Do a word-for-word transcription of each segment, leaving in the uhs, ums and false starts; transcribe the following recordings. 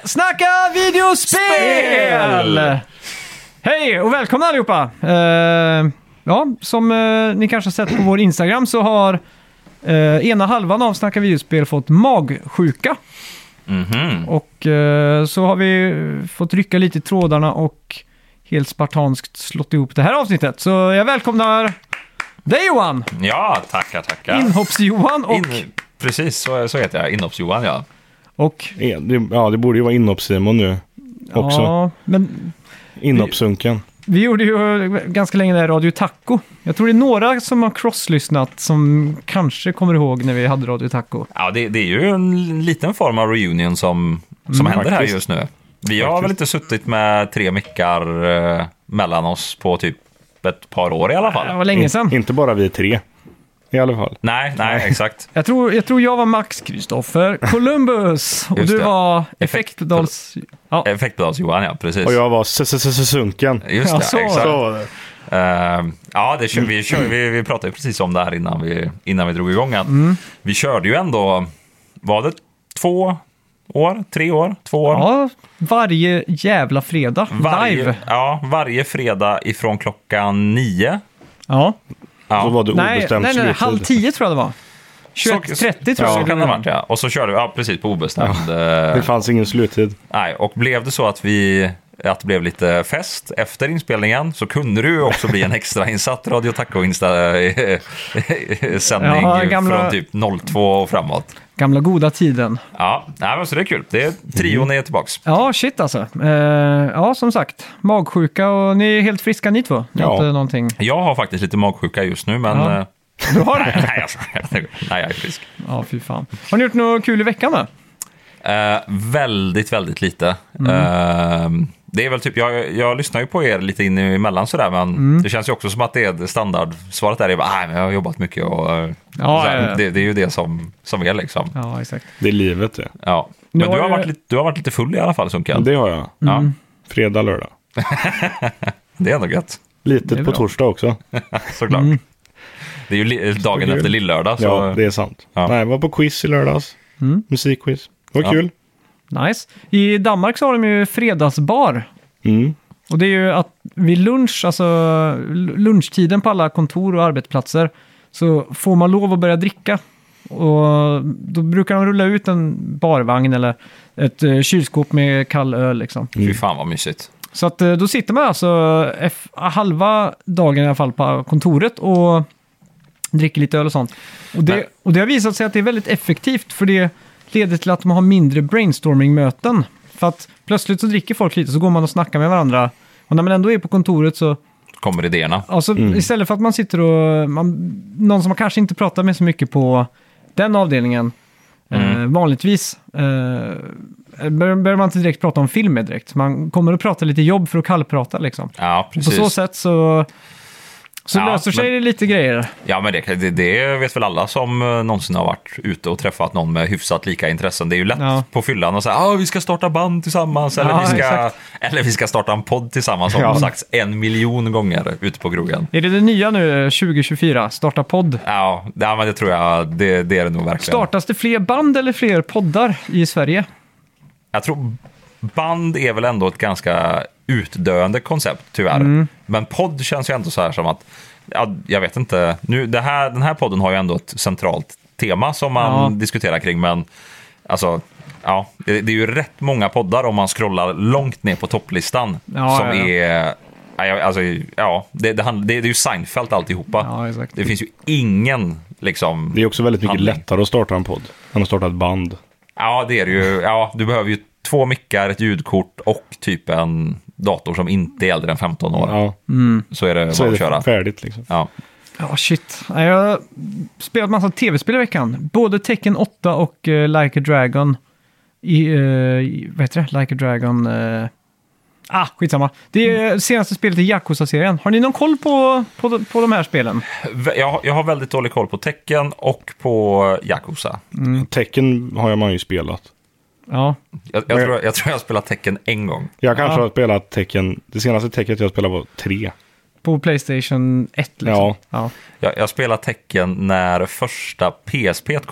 Snacka videospel! Spel! Hej och välkomna allihopa! Uh, ja, som uh, ni kanske har sett på vår Instagram så har uh, ena halvan av Snacka videospel fått magsjuka. Mm-hmm. Och uh, så har vi fått rycka lite i trådarna och helt spartanskt slått ihop det här avsnittet. Så jag välkomnar dig Johan! Ja, tackar, tackar. Inhopps-Johan och... In, precis, så, så heter jag. Inhopps-Johan, ja. Och... Ja det, ja, det borde ju vara Inhopps-Simon nu också. Ja, men... Inhoppsunken. Vi gjorde ju ganska länge där Radio Taco. Jag tror det är några som har crosslyssnat som kanske kommer ihåg när vi hade Radio Taco. Ja, det, det är ju en liten form av reunion som, som Mm, händer faktiskt. här just nu. Vi har Faktiskt. väl inte suttit med tre mickar eh, mellan oss på typ ett par år i alla fall. Det var länge sedan. In, inte bara vi tre i alla fall. Nej, nej, exakt. Jag tror, jag tror jag var Max Kristoffer Columbus och Just du det. var Effekt- Effektdals... Ja, Effektblads-Johan, ja, precis. Och jag var s-s-s-sunken. Just Ja, det, så var exakt. det. Så var det. Eh, ja, det kör, vi, kör, vi, vi pratade ju precis om det här innan vi, innan vi drog igång. Att Mm. Vi körde ju ändå, var det två år, tre år, två år? ja, varje jävla fredag Varje, live. ja, varje fredag ifrån klockan nio. Ja. Ja. Så var det Nej, obestämt nej, nej, sluttid. halv tio tror jag det var. tjugoett trettio tror jag. Så det kan det var. ha varit, ja. Och så körde vi, ja, precis, på obestämd. Det eh, fanns ingen sluttid. nej, och blev det så att vi... att det blev lite fest efter inspelningen så kunde det ju också bli en extra insatt Radio Taco-sändning Ja, gamla- från typ noll två och framåt. Gamla goda tiden. Ja, nej, men så det är kul. Det är, trion är tillbaks. Ja, shit alltså. Eh, ja, som sagt. Magsjuka och ni är helt friska ni två. Ni har Ja. inte någonting. Jag har faktiskt lite magsjuka just nu, men... Ja. eh, Du har det? nej, jag, nej, jag är frisk. Ja, fy fan. Har ni gjort något kul i veckan då? Eh, väldigt, väldigt lite. Mm. Eh, det är väl typ, jag, jag lyssnar ju på er lite in emellan sådär, men Mm. det känns ju också som att det är det standardsvaret där. Är bara, nej, men jag har jobbat mycket och eh, Ja, så här, ja, ja. Det, det är ju det som, som är liksom. Ja, exakt. Det är livet det. Ja. Nu Men du har har, jag- varit lite, du har varit lite full i alla fall, Sunken. Det har jag. Ja, Fredag, lördag. det är ändå gött. Det är Litet på bra. torsdag också. Såklart. Mm. Det är ju li- dagen kul. efter lillördag. Så... Ja, det är sant. Ja. Nej, jag var på quiz i lördags. Mm. Musikquiz. Det var Ja. kul. Nice. I Danmark så har de ju fredagsbar. Mm. Och det är ju att vid lunch, alltså l- lunchtiden på alla kontor och arbetsplatser, så får man lov att börja dricka. Och då brukar de rulla ut en barvagn eller ett eh, kylskåp med kall öl liksom. Fy fan vad mysigt. Så att eh, då sitter man alltså F- halva dagen i alla fall på kontoret och dricker lite öl och sånt. Och det, Men- och det har visat sig att det är väldigt effektivt för det leder till att man har mindre brainstorming-möten. För att plötsligt så dricker folk lite så går man och snackar med varandra. Och när man ändå är på kontoret så, Kommer idéerna. alltså istället för att man sitter och, man, någon som man kanske inte pratar med så mycket på den avdelningen, Mm. eh, vanligtvis eh, bör, bör man inte direkt prata om film med direkt. Man kommer att prata lite jobb för att kallprata liksom. Ja, På precis. så sätt så, så Ja, löser sig men- det lite grejer. Ja, men det, det, det vet väl alla som eh, någonsin har varit ute och träffat någon med hyfsat lika intressen. Det är ju lätt Ja. på fyllan och säga ah, vi ska starta band tillsammans eller, Ja, vi ska, exakt. eller vi ska starta en podd tillsammans som Ja. har sagts en miljon gånger ute på krogen. Är det det nya nu tjugo tjugofyra? Starta podd. Ja, ja men det tror jag, det, det är det nog verkligen. Startas det fler band eller fler poddar i Sverige? Jag tror band är väl ändå ett ganska utdöende koncept, tyvärr. Mm. Men podd känns ju ändå så här som att, ja, jag vet inte, nu, det här, den här podden har ju ändå ett centralt tema som man Ja. diskuterar kring, men alltså, ja, det, det är ju rätt många poddar om man scrollar långt ner på topplistan Ja, som ja, ja. är, ja, jag- alltså, ja, det, det, hand- det, det är ju Seinfeld alltihopa. Ja, exakt. Det finns ju ingen, liksom, Det är också väldigt mycket handling. lättare att starta en podd än att starta ett band. Ja, det är det ju. Ja, du behöver ju två mickar, ett ljudkort och typ en dator som inte är äldre än femton år. Ja, Så är det så bara är att köra. det färdigt liksom. Ja. Ja, shit. Jag har spelat massa tv-spel i veckan. Både Tekken åtta och uh, Like a Dragon. I, uh, i, vad heter det? Like a Dragon... Uh... Ah, skitsamma. Det är senaste spelet i Yakuza-serien. Har ni någon koll på, på, på de här spelen? Jag, har- jag har väldigt dålig koll på Tekken och på Yakuza. Tekken har man ju spelat. Ja. Jag, jag, tror, jag tror jag har spelat Tekken en gång. Jag kanske Ja. har spelat Tekken, det senaste Tecket jag spelade var tre. På PlayStation ett liksom. Ja. Ja. Jag, jag spelade Tekken när första P S P kom.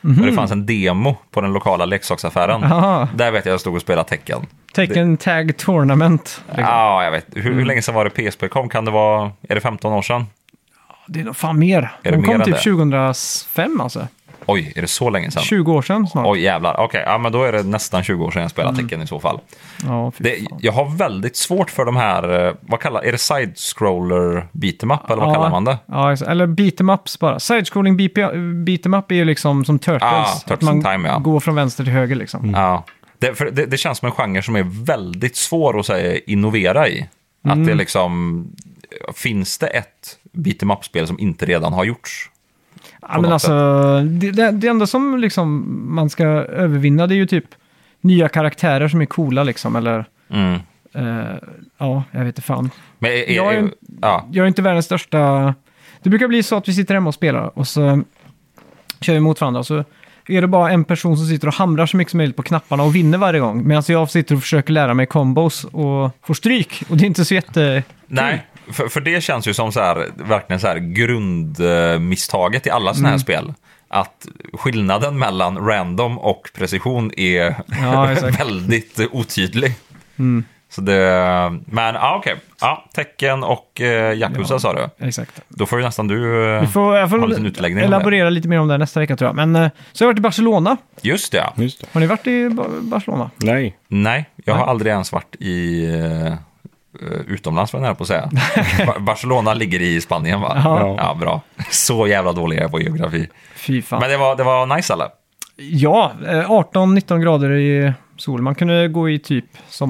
Mm-hmm. Och det fanns en demo på den lokala leksaksaffären. Aha. Där vet jag jag stod och spelade Tekken. Tekken Tag Tournament. Liksom. Ja, jag vet. Hur, hur länge sedan var det P S P kom? Kan det vara, är det femton år sedan? Det är nog fan mer. Är De det kom mer än typ det? tjugohundrafem alltså. Oj, är det så länge sedan? tjugo år sedan snart. Oj, jävlar. Okej, okay, ja, men då är det nästan tjugo år sedan jag spelade mm. Tekken i så fall. Ja, fy det, fan. jag har väldigt svårt för de här, vad kallar, är det side-scroller beat'em up, eller vad ja, kallar man det? Ja, eller beat'em ups bara. Side-scrolling beat'em up är ju liksom som Turtles. Ah, att Turtles man in Time, ja. går från vänster till höger liksom. Mm. Ja, det, för det, det känns som en genre som är väldigt svår att säga, innovera i. Mm. Att det liksom, finns det ett beat'em up-spel som inte redan har gjorts? Ja, men alltså, det, det, det enda som liksom man ska övervinna det är ju typ nya karaktärer som är coola liksom, eller mm. uh, ja, jag vet inte fan. Men är, är, jag, är, ja. jag är inte världens största... Det brukar bli så att vi sitter hemma och spelar och så kör vi mot varandra, så är det bara en person som sitter och hamrar så mycket som möjligt på knapparna och vinner varje gång, medan jag sitter och försöker lära mig combos och får stryk, och det är inte så jätte... Nej. För, för det känns ju som så här, verkligen så här grundmisstaget i alla såna här mm. spel. Att skillnaden mellan random och precision är ja, väldigt otydlig. Mm. Så det, men ja, okej. Okay. Ja, Tekken och eh, Yakuza ja, sa du. Exakt. Då får ju nästan du eh, får, jag får ha en liten utläggning elaborera lite mer om det nästa vecka tror jag. Men eh, så har jag varit i Barcelona. Just det, ja. Just det. Har ni varit i ba- Barcelona? Nej. Nej, jag Nej. har aldrig ens varit i... Eh, utomlands var jag nära på att säga. Barcelona ligger i Spanien, va? Ja. Ja, bra. Så jävla dålig är jag på geografi. Fy fan. Men det var, det var nice, eller? Ja, arton nitton grader i sol. Man kunde gå i typ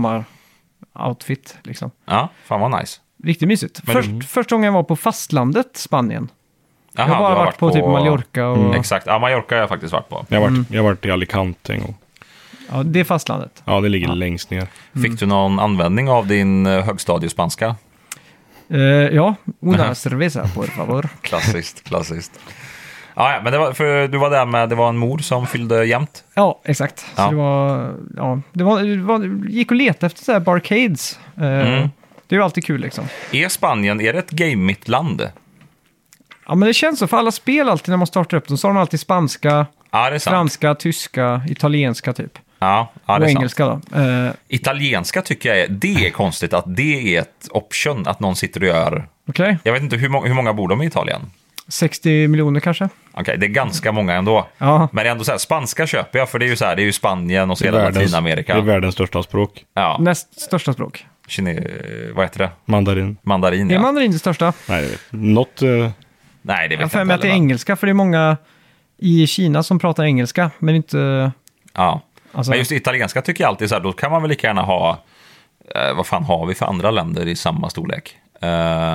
sommaroutfit liksom. Ja, fan vad nice. Riktigt mysigt. Men Först, du... Första gången jag var på fastlandet, Spanien. Aha, jag har bara har varit, varit på, på typ Mallorca och... Mm. Exakt, ja, Mallorca har jag faktiskt varit på. Jag har varit, Mm. jag har varit i Alicante en gång. Ja, det är fastlandet. Ja, det ligger Ja. längst ner. Fick Mm. du någon användning av din eh, högstadiespanska? Uh, ja, una cerveza, por favor. Klassiskt, klassiskt. Ja, ja, men det var, för du var där med, det var en mor som fyllde jämnt. Ja, exakt. Så Ja. det var... Ja, det var, det var... Gick och letade efter så här barcades. Uh, Mm. Det är ju alltid kul liksom. Är Spanien, är det ett gamigt land? Ja, men det känns så. För alla spel alltid när man startar upp dem så har de alltid spanska, Ja, det är sant. franska, tyska, italienska typ. Ja, ja, Och det är sant. engelska då. Uh, Italienska tycker jag är, det är konstigt att det är ett option att någon sitter och gör. Okej. Okay. Jag vet inte hur, må- hur många bor de i Italien? sextio miljoner kanske. Okej, okay, det är ganska många ändå. Ja. Men det är ändå så här, spanska köper jag, för det är ju så här, det är ju Spanien och så Det är hela världens- Latinamerika. Det är världens största språk. Ja, Näst största språk. Kine, vad heter det? Mandarin. Mandarin, Är ja. mandarin det största? Nej, jag vet. Något... eh, Nej, det vet Jag jag får inte med att det är heller, va? engelska, för det är många i Kina som pratar engelska, men inte... Ja, Alltså, men just italienska tycker jag alltid så här, då kan man väl lika gärna ha, eh, vad fan har vi för andra länder i samma storlek? Eh,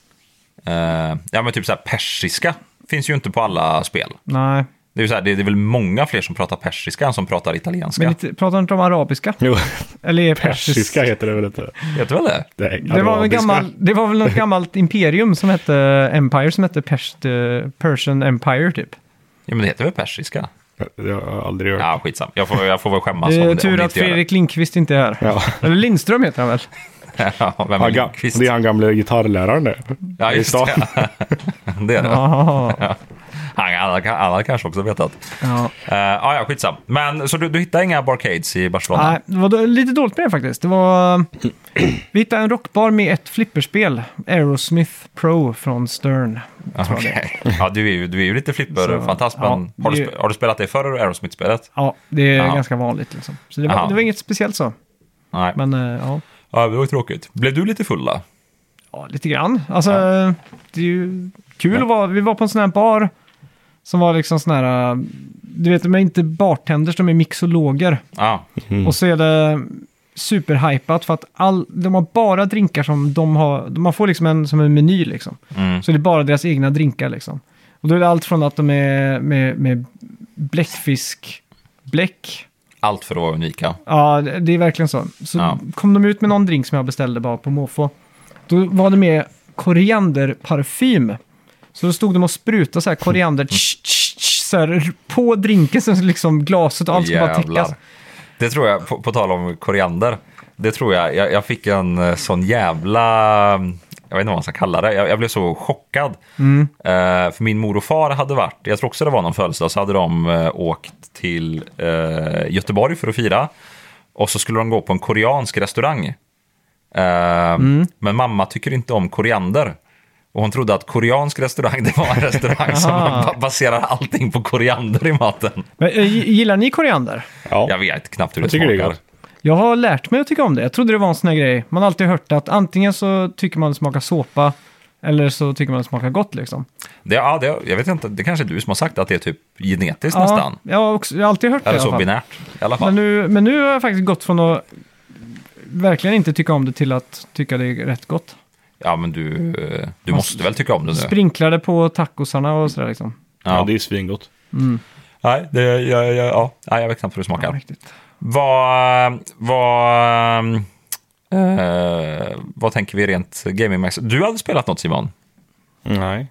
eh, ja, men typ så här, persiska finns ju inte på alla spel. nej. Det är ju så här, det är, det är väl många fler som pratar persiska än som pratar italienska. Men inte, pratar inte om arabiska? Jo, Eller är persiska heter det väl inte? Vet du väl det? Det, är Det var, väl arabiska. gammal, det var väl något gammalt imperium som hette Empire, som hette Pers, eh, Persian Empire typ. Ja, men det heter väl persiska? Det har jag aldrig hört. Ja, skitsam. Jag får, jag får väl skämmas Det om är det. tur om det att inte gör det. Fredrik Lindqvist inte är här. Ja. Eller Lindström heter han väl? Ja, vem är Han, ga- Lindqvist? det är han gamla gitarrläraren där. Ja, I just stan. det. Det är det. Ja. Han hade, han hade kanske också vetat. Ja. Uh, ja, ja, skitsam. Men så du, du hittade inga barcades i Barcelona? Nej, det var då- lite dåligt med det faktiskt. Det var... Vi hittade en rockbar med ett flipperspel. Aerosmith Pro från Stern. tror jag det är. Okej. Ja, du är ju, du är ju lite flipper-fantast, Så, men ja, har, du, det- spe- har du spelat det förr, Aerosmith-spelet? Ja, det är Jaha. ganska vanligt liksom. Så det var, Jaha. det var inget speciellt så. Nej. Men eh, ja, Ja, det var ju tråkigt. Blev du lite full då? ja, lite grann. Alltså, det är ju kul att vara... Vi var på en sån här bar som var liksom sån här... eh, Du vet, de är inte bartenders, de är mixologer. Ja. Mm. Och så är det superhypat för att all, de har bara drinkar som de har... Man får liksom en, som en meny liksom. Mm. Så det är bara deras egna drinkar liksom. Och då är det allt från att de är med, med bläckfisk, bläck. Allt för att vara unika. Ja, det det är verkligen så. Så Ja. kom de ut med någon drink som jag beställde bara på måfå. Då var det med korianderparfym. Så då stod de och sprutade så här koriander tsch, tsch, tsch, så här, på drinken, så liksom glaset och allt ska bara Jävlar. täckas. Det tror jag, på, på tal om koriander, det tror jag, jag, jag fick en eh, sån jävla jag vet inte vad man ska kalla det. Jag, jag blev så chockad. Mm. Uh, för min mor och far hade varit, jag tror också det var någon födelsedag, så hade de uh, åkt till uh, Göteborg för att fira. Och så skulle de gå på en koreansk restaurang. Uh, mm. Men mamma tycker inte om koriander. Och hon trodde att koreansk restaurang, det var en restaurang som baserar allting på koriander i maten. Men, äh, gillar ni koriander? Ja. Jag vet knappt hur Jag det tycker det är smakar. gott. Jag har lärt mig att tycka om det. Jag trodde det var en sån här grej. Man har alltid hört att antingen så tycker man det smakar såpa eller så tycker man det smakar gott liksom. Det, ja, det, jag vet inte, det kanske är du som har sagt att det är typ genetiskt Ja, nästan. jag har, också, jag har alltid hört det i Eller alla så fall. binärt i alla fall. Men nu, men nu har jag faktiskt gått från att verkligen inte tycka om det till att tycka det är rätt gott. Ja, men du, du måste väl tycka om det nu. Sprinklade på tacosarna och sådär liksom. Ja, det är svingott. Mm. Nej, det, jag, jag, ja, Nej, jag vet knappt hur det smakar. Ja, riktigt. Vad, vad, eh, vad tänker vi rent gamingmässigt? Du hade spelat något, Simon? Nej.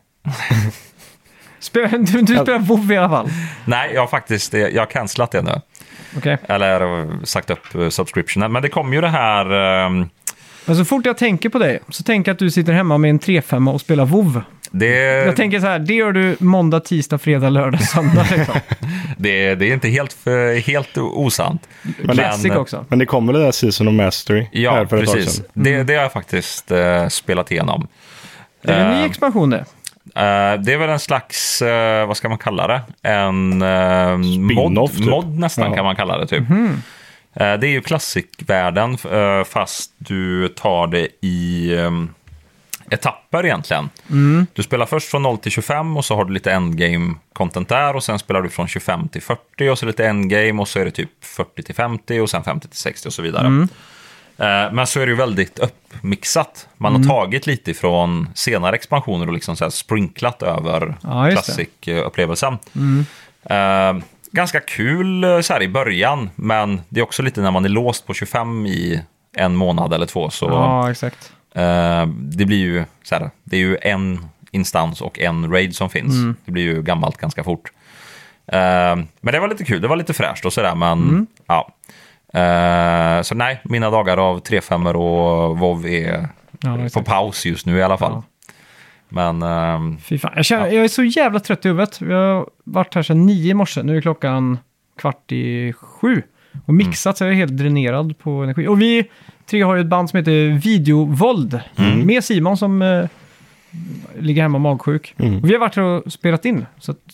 Spel, du du spelar WoW i alla fall? Nej, jag har faktiskt jag har cancelat det nu. Okej. Eller sagt upp uh, subscriptionen. Men det kom ju det här... Um, Men så fort jag tänker på dig så tänker jag att du sitter hemma med en tre femma och spelar WoW. det, Jag tänker så här, det gör du måndag, tisdag, fredag, lördag, söndag liksom. det, det är inte helt, för, helt osant. Classic också. Men det kommer det där Season of Mastery Ja, här för ett tag precis. sedan. Det, det har jag faktiskt uh, spelat igenom. Det är en ny Uh, expansion det. Uh, det är väl en slags, uh, vad ska man kalla det? En uh, mod, Spin-off, typ. mod nästan Ja. kan man kalla det typ. Mm. Uh, det är ju klassikvärlden uh, fast du tar det i um, etapper egentligen. Mm. Du spelar först från noll till tjugofem och så har du lite endgame-content där och sen spelar du från tjugofem till fyrtio och så lite endgame och så är det typ fyrtio till femtio och sen femtio till sextio och så vidare. Mm. Men så är det ju väldigt uppmixat. Man Mm. har tagit lite från senare expansioner och liksom så här sprinklat över Ja, just det. Classic-upplevelsen. Mm. Uh, ganska kul så här i början, men det är också lite när man är låst på tjugofem i en månad eller två. Så Ja, exakt. uh, det blir ju så här, det är ju en instans och en raid som finns. Mm. Det blir ju gammalt ganska fort. Uh, men det var lite kul, det var lite fräscht och sådär, men Mm. ja. Uh, så nej, mina dagar av tre femmor och WoW är Ja, på exakt. paus just nu i alla fall. Ja. Men um, Fy fan. Jag, känner, jag är så jävla trött i huvudet. Vi har varit här sedan nio i morse. Nu är klockan kvart i sju. Och mixat så jag är helt dränerad på energi. Och vi tre har ju ett band som heter Videovåld. Mm. Med Simon som eh, ligger hemma magsjuk. Mm. Och vi har varit här och spelat in. Så att,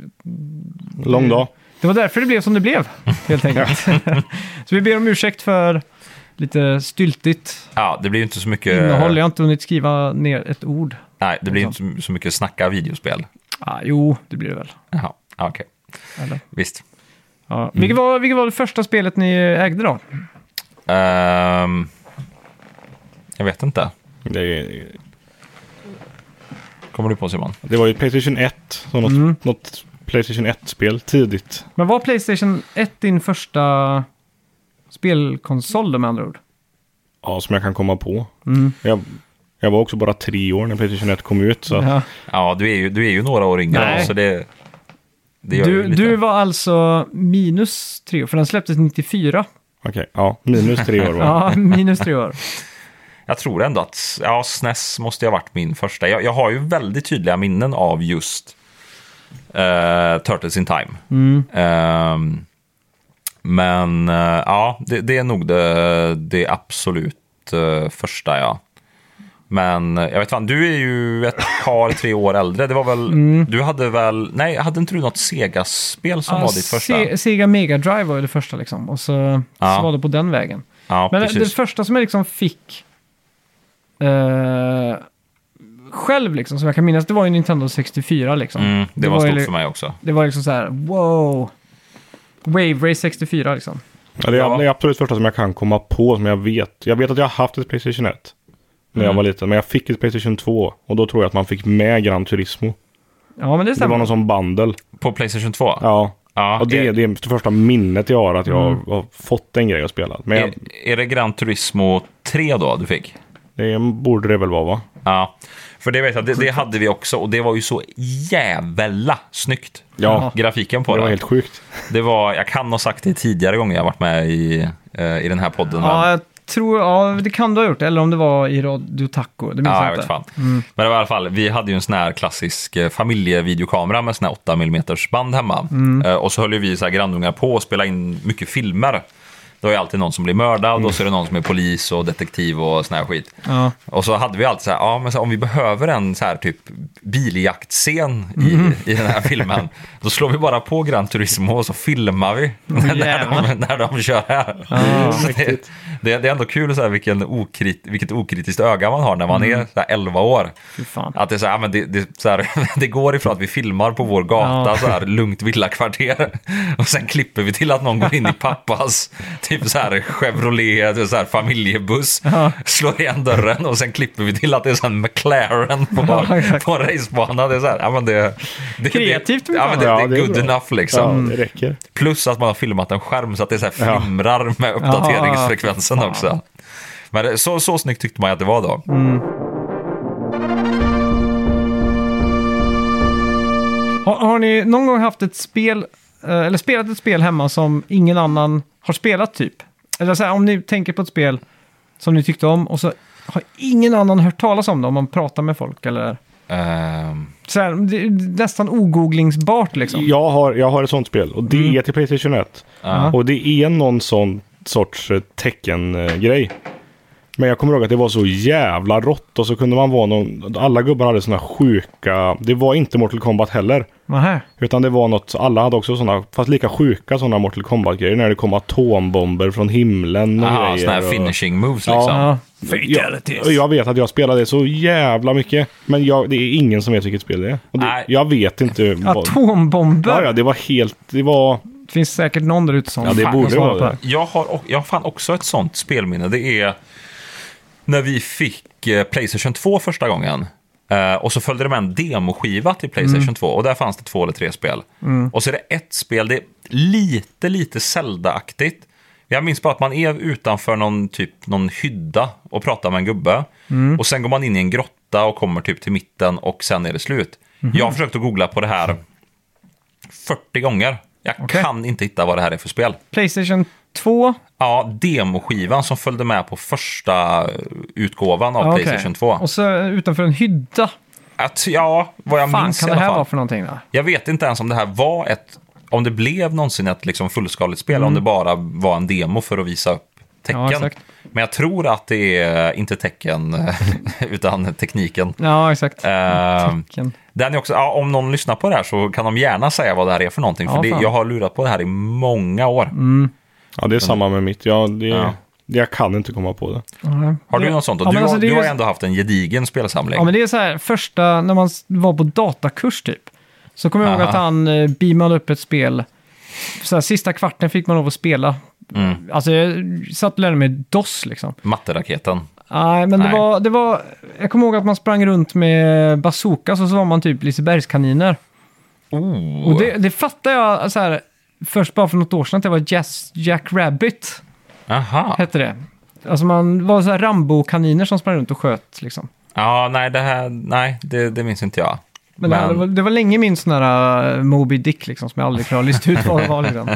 Lång dag. det var därför det blev som det blev, helt enkelt. Så vi ber om ursäkt för lite styltigt ja, det blir ju inte så mycket. innehåll. Jag har inte hunnit skriva ner ett ord. Nej, det blir ju inte så, så mycket snacka videospel. Ah, jo, det blir det väl. Jaha, okej. Eller? Visst. Ja. Vilket, var, vilket var det första spelet ni ägde då? Ehm, jag vet inte. Det, är- Kommer du på, Simon? det var ju Playstation ett. Så något, Mm. något Playstation ett-spel tidigt. Men var PlayStation ett din första spelkonsol då, med andra ord? Ja, som jag kan komma på. Mm. Jag, jag var också bara tre år när Playstation ett kom ut. Så att, Ja. Ja, du är ju, du är ju några år yngre. Nej. Så det, det gör ju Du, lite. du var alltså minus tre år, för den släpptes nittiofyra. okej, ja, minus tre år var det. Ja, minus tre år. Jag tror ändå att ja, S N E S måste ha varit min första. Jag, jag har ju väldigt tydliga minnen av just uh, Turtles in Time. Mm. Ehm, men uh, ja, det, det är nog det, det absolut uh, första, ja. Men uh, jag vet fan, du är ju ett par, tre år äldre. Det var väl, Mm. du hade väl, nej, hade inte du något Sega-spel som Ja, var ditt första? Se- Sega Mega Drive var ju det första liksom. Och så, Ja. så var det på den vägen. Ja, Men precis. det första som jag liksom fick eh, själv liksom, som jag kan minnas, det var ju Nintendo sextiofyra liksom. Mm, det, det var var ju stort li- för mig också. Det var liksom så här, wow. Wave Race sextiofyra liksom. Ja, det, är, Ja. det är absolut första som jag kan komma på, som jag vet. Jag vet att jag har haft ett Playstation ett när jag Mm. var liten, men jag fick ett Playstation två. Och då tror jag att man fick med Gran Turismo. Ja, men det Det stämmer. var någon sån bundle. På PlayStation två? Ja, Ja, och det, är, det är det första minnet jag har att jag Mm. har fått en grej att spela. Men jag, är, är det Gran Turismo tre då du fick? det borde det väl vara, va? Ja, för det vet jag, det, det hade vi också och det var ju så jävla snyggt. Ja, Grafiken på det det. var helt sjukt. Det var, jag kan ha sagt det tidigare gånger jag varit med i, eh, i den här podden. Ja, men jag tror, ja, det kan du ha gjort. Eller om det var i Radio Taco. Det minns Ja, jag jag vet inte. fan. Men det var i alla fall, vi hade ju en sån här klassisk eh, familjevideokamera med sån här åtta millimeter band hemma. Eh, och så höll ju vi så här grannungar på att spela in mycket filmer. Då är alltid någon som blir mördad och så är det någon som är polis och detektiv och sån här skit. Ja. Och så hade vi alltid så här, ja men så här, om vi behöver en så här typ biljaktscen i, mm. i den här filmen, då slår vi bara på Gran Turismo och så filmar vi när, de, när de kör här. Ja, så det, det, det är ändå kul så här, vilken okrit, vilket okritiskt öga man har när man mm. är så här elva år. Att det är så här, ja, men det, det, så här, det går ifrån att vi filmar på vår gata, ja. Så här lugnt villakvarter, och sen klipper vi till att någon går in i pappas typ så här Chevrolet, så här familjebuss, ja. Slår igen dörren och sen klipper vi till att det är så en McLaren på, ja, på en racebana. Det är så här, ja, men det, det, kreativt. Det, ja, men det, ja, det är det är good bra. enough liksom. Ja, det räcker. Plus att man har filmat en skärm så att det så här flimrar med uppdateringsfrekvensen ja. Också. Men det, så, så snyggt tyckte man att det var då. Mm. Har, har ni någon gång haft ett spel eller spelat ett spel hemma som ingen annan har spelat typ? Eller så här, om ni tänker på ett spel som ni tyckte om och så har ingen annan hört talas om det om man pratar med folk eller... Um... Så här, det är nästan ogooglingsbart liksom. Jag har, jag har ett sånt spel och det mm. är till PlayStation ett. Uh-huh. Och det är någon sån sorts tecken-grej. Men jag kommer ihåg att det var så jävla rått och så kunde man vara någon... Alla gubbar hade såna sjuka... Det var inte Mortal Kombat heller. Aha. Utan det var något... Alla hade också såna... Fast lika sjuka såna Mortal Kombat-grejer. När det kom atombomber från himlen och Aha, grejer. Såna här och... finishing moves liksom. Ja. Fatalities. Jag, jag vet att jag spelade så jävla mycket. Men jag, det är ingen som vet vilket spel det är. Och det, jag vet inte... Vad... Atombomber? Ja, ja, det var helt... Det var... Det finns säkert någon där ute som... Ja, det borde vara det. Jag har, jag har fan också ett sånt spelminne. Det är... När vi fick eh, PlayStation två första gången eh, och så följde det med en demoskiva till PlayStation mm. två och där fanns det två eller tre spel. Mm. Och så är det ett spel, det är lite, lite Zelda-aktigt. Jag minns bara att man är utanför någon typ någon hydda och pratar med en gubbe. Mm. Och sen går man in i en grotta och kommer typ till mitten och sen är det slut. Mm. Jag har försökt att googla på det här fyrtio gånger. Jag okay. kan inte hitta vad det här är för spel. PlayStation två? Ja, demoskivan som följde med på första utgåvan av okay. PlayStation två. Och så utanför en hydda? Att, ja, vad jag fan minns kan i alla det här fall. vara för någonting då? Jag vet inte ens om det här var ett... Om det blev någonsin ett liksom fullskaligt spel, mm. om det bara var en demo för att visa upp tecken. Ja, men jag tror att det är inte tecken utan tekniken. Ja, exakt. Uh, den är också, ja, om någon lyssnar på det här så kan de gärna säga vad det här är för någonting. Ja, för det, jag har lurat på det här i många år. Mm. Ja, det är samma med mitt. Ja, det, ja. Jag kan inte komma på det. Mm. Har du något sånt? Och ja, du, alltså, har, du är... har ändå haft en gedigen spelsamling. Ja, men det är så här, första, när man var på datakurs typ. Så kommer jag ihåg att han eh, beamade upp ett spel. Så här, sista kvarten fick man lov att spela. Mm. Alltså jag satt och lärde mig DOS liksom. Matteraketen. Nej, men Nej. Det, var, det var... Jag kommer ihåg att man sprang runt med bazooka så, så var man typ Lisebergskaniner. Oh. Och det, det fattar jag så här, först bara för något år sedan att det var Jazz, Jack Rabbit. Aha. Hette det. Alltså man var så här Rambo-kaniner som sprang runt och sköt liksom. Ja, nej, det här... Nej, det, det minns inte jag. Men, men... Det, var, det var länge min sån här uh, Moby Dick liksom, som jag aldrig kunde lista ut vad det var liksom.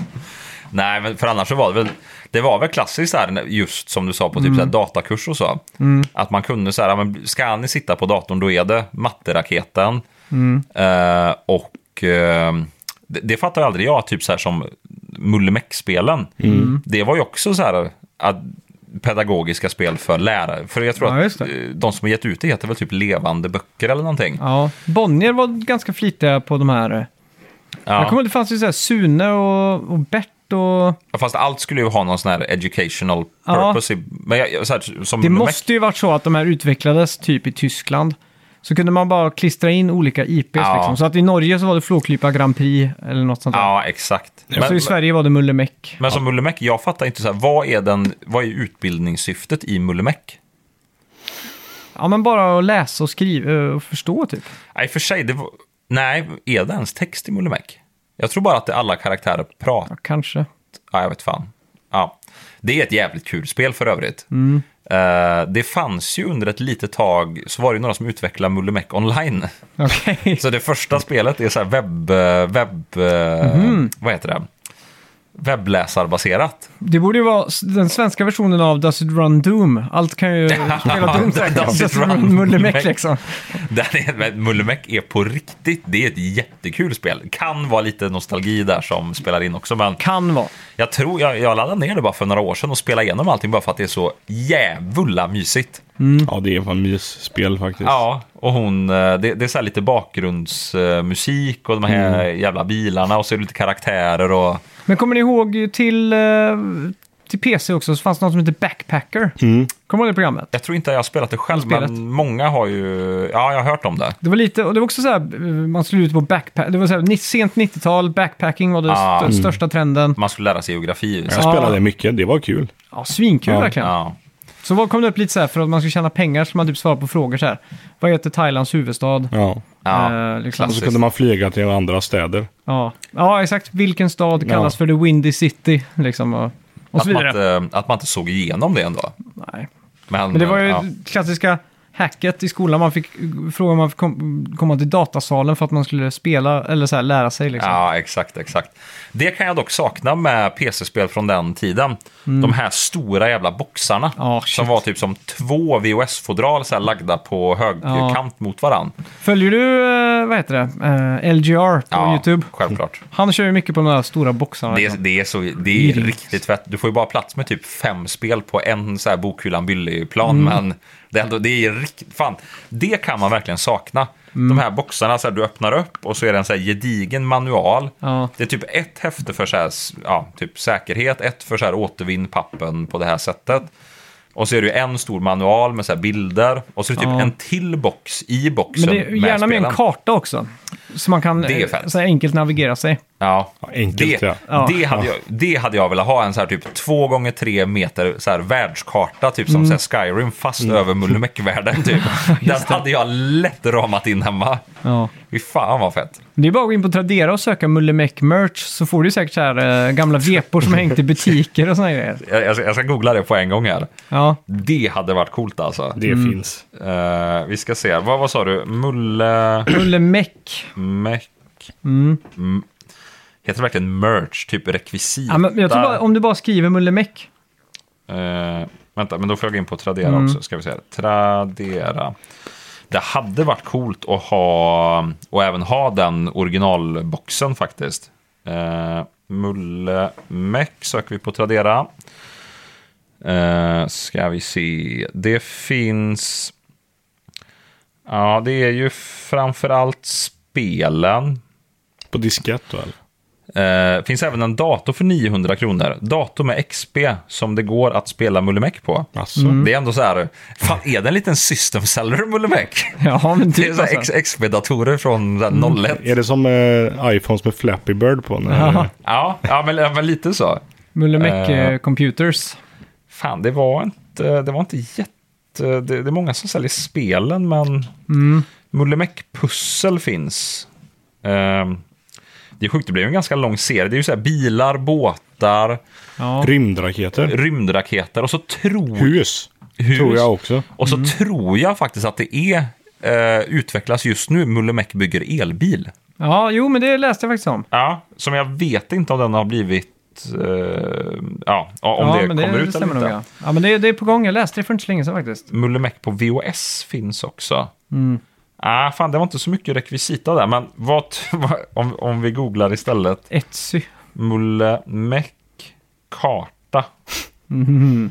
Nej, men för annars så var det väl, det var väl klassiskt här, just som du sa på typ mm. så här datakurs och så. Mm. Att man kunde så här, men ska ni sitta på datorn då är det matteraketen. Mm. Uh, och uh, det, det fattar aldrig jag, typ så här som Mullemäck-spelen. Mm. Det var ju också så här att pedagogiska spel för lärare. För jag tror ja, att de som har gett ut det heter väl typ levande böcker eller någonting. Ja, Bonnier var ganska flitiga på de här. Ja. Jag kommer ihåg, det fanns ju så här Sune och, och Bert och... Ja, fast allt skulle ju ha någon sån här educational purpose. Ja. I, men jag, så här, som det måste ju varit så att de här utvecklades typ i Tyskland. Så kunde man bara klistra in olika I P:s ja. Liksom. Så att i Norge så var det Flåklypa Grand Prix eller något sånt där. Ja, exakt. Men, så i Sverige var det Mullemäck. Men som ja. Mullemäck, jag fattar inte så här, vad är, den, vad är utbildningssyftet i Mullemäck? Ja, men bara att läsa och skriva och förstå typ. Nej, för sig, det var, nej, är det ens text i Mullemäck? Jag tror bara att det alla karaktärer pratar. Ja, kanske. Ja, jag vet fan. Ja. Det är ett jävligt kul spel för övrigt. Mm. Uh, det fanns ju under ett litet tag, så var det några som utvecklade Mullemäck online. Okay. Så det första spelet är så här webb, webb mm. vad heter det? webbläsarbaserat. Det borde ju vara den svenska versionen av Does It Run Doom. Allt kan ju spela Doom säkert. Does Does It It Run Run Mullemäck liksom. Mullemäck är på riktigt, det är ett jättekul spel. Kan vara lite nostalgi där som spelar in också, men Kan vara. jag tror jag, jag laddade ner det bara för några år sedan och spelade igenom allting bara för att det är så jävla mysigt. Mm. Ja, det är fan mysspel faktiskt. Ja, och hon, det, det är så här lite bakgrundsmusik och de här mm. jävla bilarna och så är det lite karaktärer och... Men kommer ni ihåg till, till P C också så fanns det något som heter Backpacker? Mm. Kommer du ihåg det programmet? Jag tror inte jag har spelat det själv, Spelet. men många har ju... Ja, jag har hört om det. Det var lite, och det var också så här, man skulle ut på backpack, det var så här, sent nittiotal, backpacking var det Ah. st- största trenden. Man skulle lära sig geografi. Jag spelade mycket, det var kul. Ja, svinkul Ja. verkligen. Ja. Så vad kom det upp lite så här för att man skulle tjäna pengar så man typ svarar på frågor så här. Vad heter Thailands huvudstad? Ja. Ja, Eh, liksom. Och så kunde man flyga till andra städer. Ja. ja, exakt. Vilken stad kallas Ja. för The Windy City? Liksom, och, och Att, så man vidare. inte, att man inte såg igenom det ändå. Nej. Men, Men det var ju ja. klassiska hacket i skolan. Man fick fråga om man fick kom, komma till datasalen för att man skulle spela eller så här, lära sig. Liksom. Ja, exakt, exakt. Det kan jag dock sakna med P C-spel från den tiden. De här stora jävla boxarna. Ja, shit. som var typ som två V H S-fodral så här, lagda på högkant Ja. mot varann. Följer du, eh, vad heter det, eh, L G R på Ja, YouTube? självklart. Han kör ju mycket på de här stora boxarna. Det, liksom. det är, så, det är Girig. riktigt fett. Du får ju bara plats med typ fem spel på en så här bokhyllan billig plan. Mm. Men det är, ändå, det är riktigt... Fan, det kan man verkligen sakna. Mm. De här boxarna, så här, du öppnar upp och så är det en så här gedigen manual. Ja. Det är typ ett häfte för så här, ja, typ säkerhet, ett för så här återvinn pappen på det här sättet. Och så är det ju en stor manual med så här bilder. Och så är det typ Ja. en till box i boxen. Men det är gärna med en spelen. karta också. Så man kan Det är eh, fett. så här enkelt navigera sig. Ja, Ja, enkelt, det, ja. Ja. Det, hade jag, det hade jag velat ha, en så här typ två gånger tre meter så här världskarta, typ som Mm. så här Skyrim, fast över Mullemäck-världen typ. Den hade jag lätt ramat in hemma. Ja. Fy fan vad fett. Det är bara att gå in på Tradera och söka Mullemäck merch så får du säkert så här, eh, gamla vepor som har hängt i butiker och såna grejer. Jag, jag, ska, jag ska googla det på en gång här. Ja, Det hade varit coolt alltså. Det finns. Eh, vi ska se, vad, vad sa du? Mulle... Mullemäck. Mäck... Mm. Mm. Heter det verkligen merch? Typ rekvisita? Ja, men jag tror bara, om du bara skriver Mullemäck. Eh, vänta, men då får jag gå in på Tradera Mm. också. Ska vi se. Tradera. Det hade varit coolt att ha och även ha den originalboxen faktiskt. Eh, Mullemäck söker vi på Tradera. Eh, ska vi se. Det finns... Ja, det är ju framförallt spelen. På diskett då, eller? Eh, finns även en dator för niohundra kronor. Dator med X P som det går att spela Mullemäck på. Alltså. Det är ändå så här, fan är det en liten system seller Mullemäck? Ja, men Det är typ så här alltså. X P-datorer från så här noll ett. Är det som eh, iPhones med Flappy Bird på? När, Jaha. Ja, ja men, ja, men lite så. Mullemäck Eh. eh, Computers. Fan, det var inte, det var inte jätte... Det, det är många som säljer spelen, men Mm. Mullemäck-pussel finns. Eh, det är sjukt, det blev en ganska lång serie. Det är ju så här bilar, båtar, Ja. Rymdraketer. rymdraketer och så tror... Hus. Hus. Tror jag också. Och så tror jag faktiskt att det är eh, utvecklas just nu. Mullemäck bygger elbil. ja, jo, men det läste jag faktiskt om. Ja, som jag vet inte om den har blivit... Eh, ja, om ja, det men kommer det, ut det stämmer eller nog, inte. ja. ja, men det, det är på gång. Jag läste det för inte så länge sedan faktiskt. Mullemäck på V H S finns också. Mm. Ah, fan, det var inte så mycket rekvisita där. Men vad, vad, om, om vi googlar istället. Etsy. Mullemäck karta. Mhm.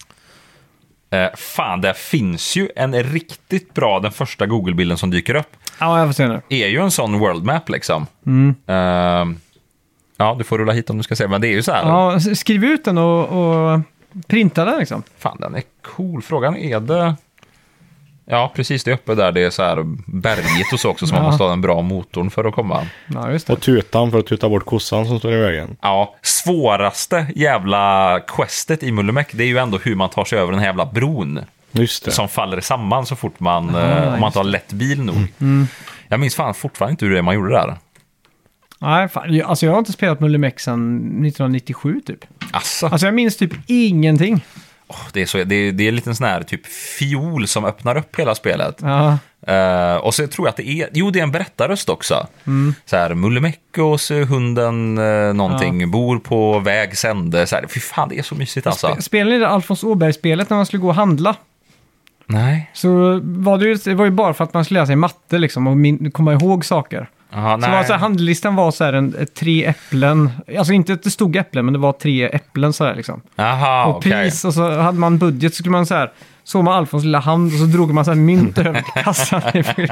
Eh, fan, det finns ju en riktigt bra, den första Google-bilden som dyker upp. Ja, jag får se nu. Är ju en sån world map liksom. Mm. Eh, ja, du får rulla hit om du ska se. Men det är ju så här. Ja, s- skriv ut den och, och printa den liksom. Fan, den är cool. Frågan är det... Ja, precis. Det är uppe där. Det är så här berget och så också som Ja. man måste ha den bra motorn för att komma. Ja, just det. Och tutan för att tuta bort kossan som står i vägen. Ja, svåraste jävla questet i Mullemäck, det är ju ändå hur man tar sig över den här jävla bron. Just det. Som faller samman så fort man, Ja, eh, om man just inte har lätt bil nog. Mm. Jag minns fan fortfarande inte hur det är man gjorde där. Nej, fan. Jag- Alltså jag har inte spelat Mullemäck sedan nittonhundranittiosju typ. Asså, Alltså jag minns typ ingenting. oh, det, är så, det, är, det är en liten sån här typ fiol som öppnar upp hela spelet. Ja, Uh, och så tror jag att det är, jo det är en berättarröst också. Mm. Så här, Mullemäckos, hunden, uh, någonting, ja. bor på väg sände. Så här, fy fan, det är så mysigt alltså. Sp- spelade ni det Alfons Åberg-spelet när man skulle gå och handla? Nej. Så var det, ju, det var ju bara för att man skulle lära sig matte liksom, och min, komma ihåg saker. Aha, så var så här, handlistan var så här en, ett, tre äpplen. Alltså inte att det stod äpplen, men det var tre äpplen så här liksom. Aha, och okay. pris, och så hade man budget, så skulle man så här, såg man Alfons lilla hand och så drog man så här mynt över kassan.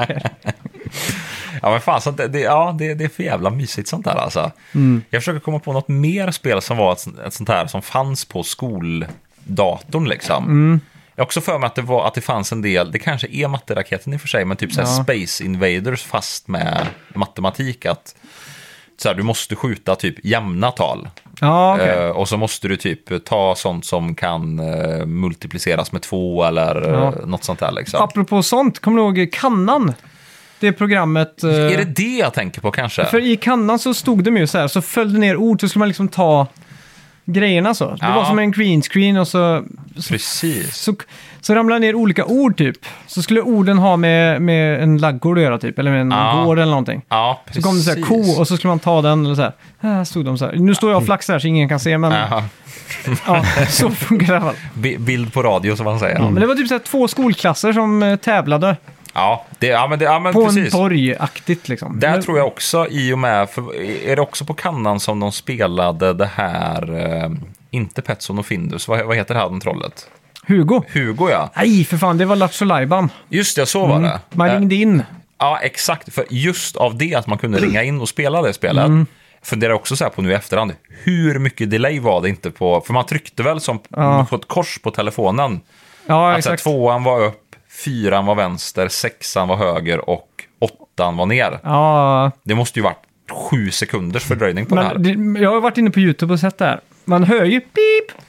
Ja men fan, så det, det, ja, det, det är för jävla mysigt sånt där alltså. Mm. Jag försöker komma på något mer spel som var ett, ett sånt här som fanns på skoldatorn liksom. Mm. Jag har också för mig att det, var, att det fanns en del, det kanske är matteraketen i och för sig, men typ så här ja. Space Invaders fast med matematik, att så här, du måste skjuta typ jämna tal. Ja, okay. uh, och så måste du typ ta sånt som kan uh, multipliceras med två eller ja. uh, något sånt där liksom. Apropå sånt, kommer du ihåg Kannan? Det programmet... Uh, är det det jag tänker på kanske? För i Kannan så stod det ju så här, så följde ner ord, så skulle man liksom ta grejerna så. Det ja. var som en green screen och så... Precis. Så, så, så ramlade ner olika ord typ. Så skulle orden ha med, med en laggård att göra typ, eller med en ja. gård eller någonting. Ja, precis. Så kom det så här ko och så skulle man ta den eller så här. Här stod de så här. Nu står jag och flaxar här så ingen kan se, men... Ja. ja, så funkar det i alla fall. B- bild på radio som man säger. Ja, men det var typ så här två skolklasser som uh, tävlade. Ja, det, ja, men det, ja men på precis. En torg-aktigt liksom. Där men... tror jag också i och med, för är det också på Kannan som de spelade det här, eh, inte Petson och Findus, vad, vad heter det här den trollet? Hugo. Hugo, ja. Nej, för fan, det var Lattjo Lajban. Just det, så var det. Mm. Man ringde in. Ja, exakt. För just av det att man kunde ringa in och spela det spelet. Mm. Funderar också så här på nu i efterhand. Hur mycket delay var det inte på... För man tryckte väl som ja. på ett kors på telefonen. Ja, att exakt. Tvåan var upp, fyran var vänster, sexan var höger och åttan var ner. Ja. Det måste ju varit sju sekunders fördröjning på Men det här. Det, jag har varit inne på YouTube och sett det här. Man hör ju pip.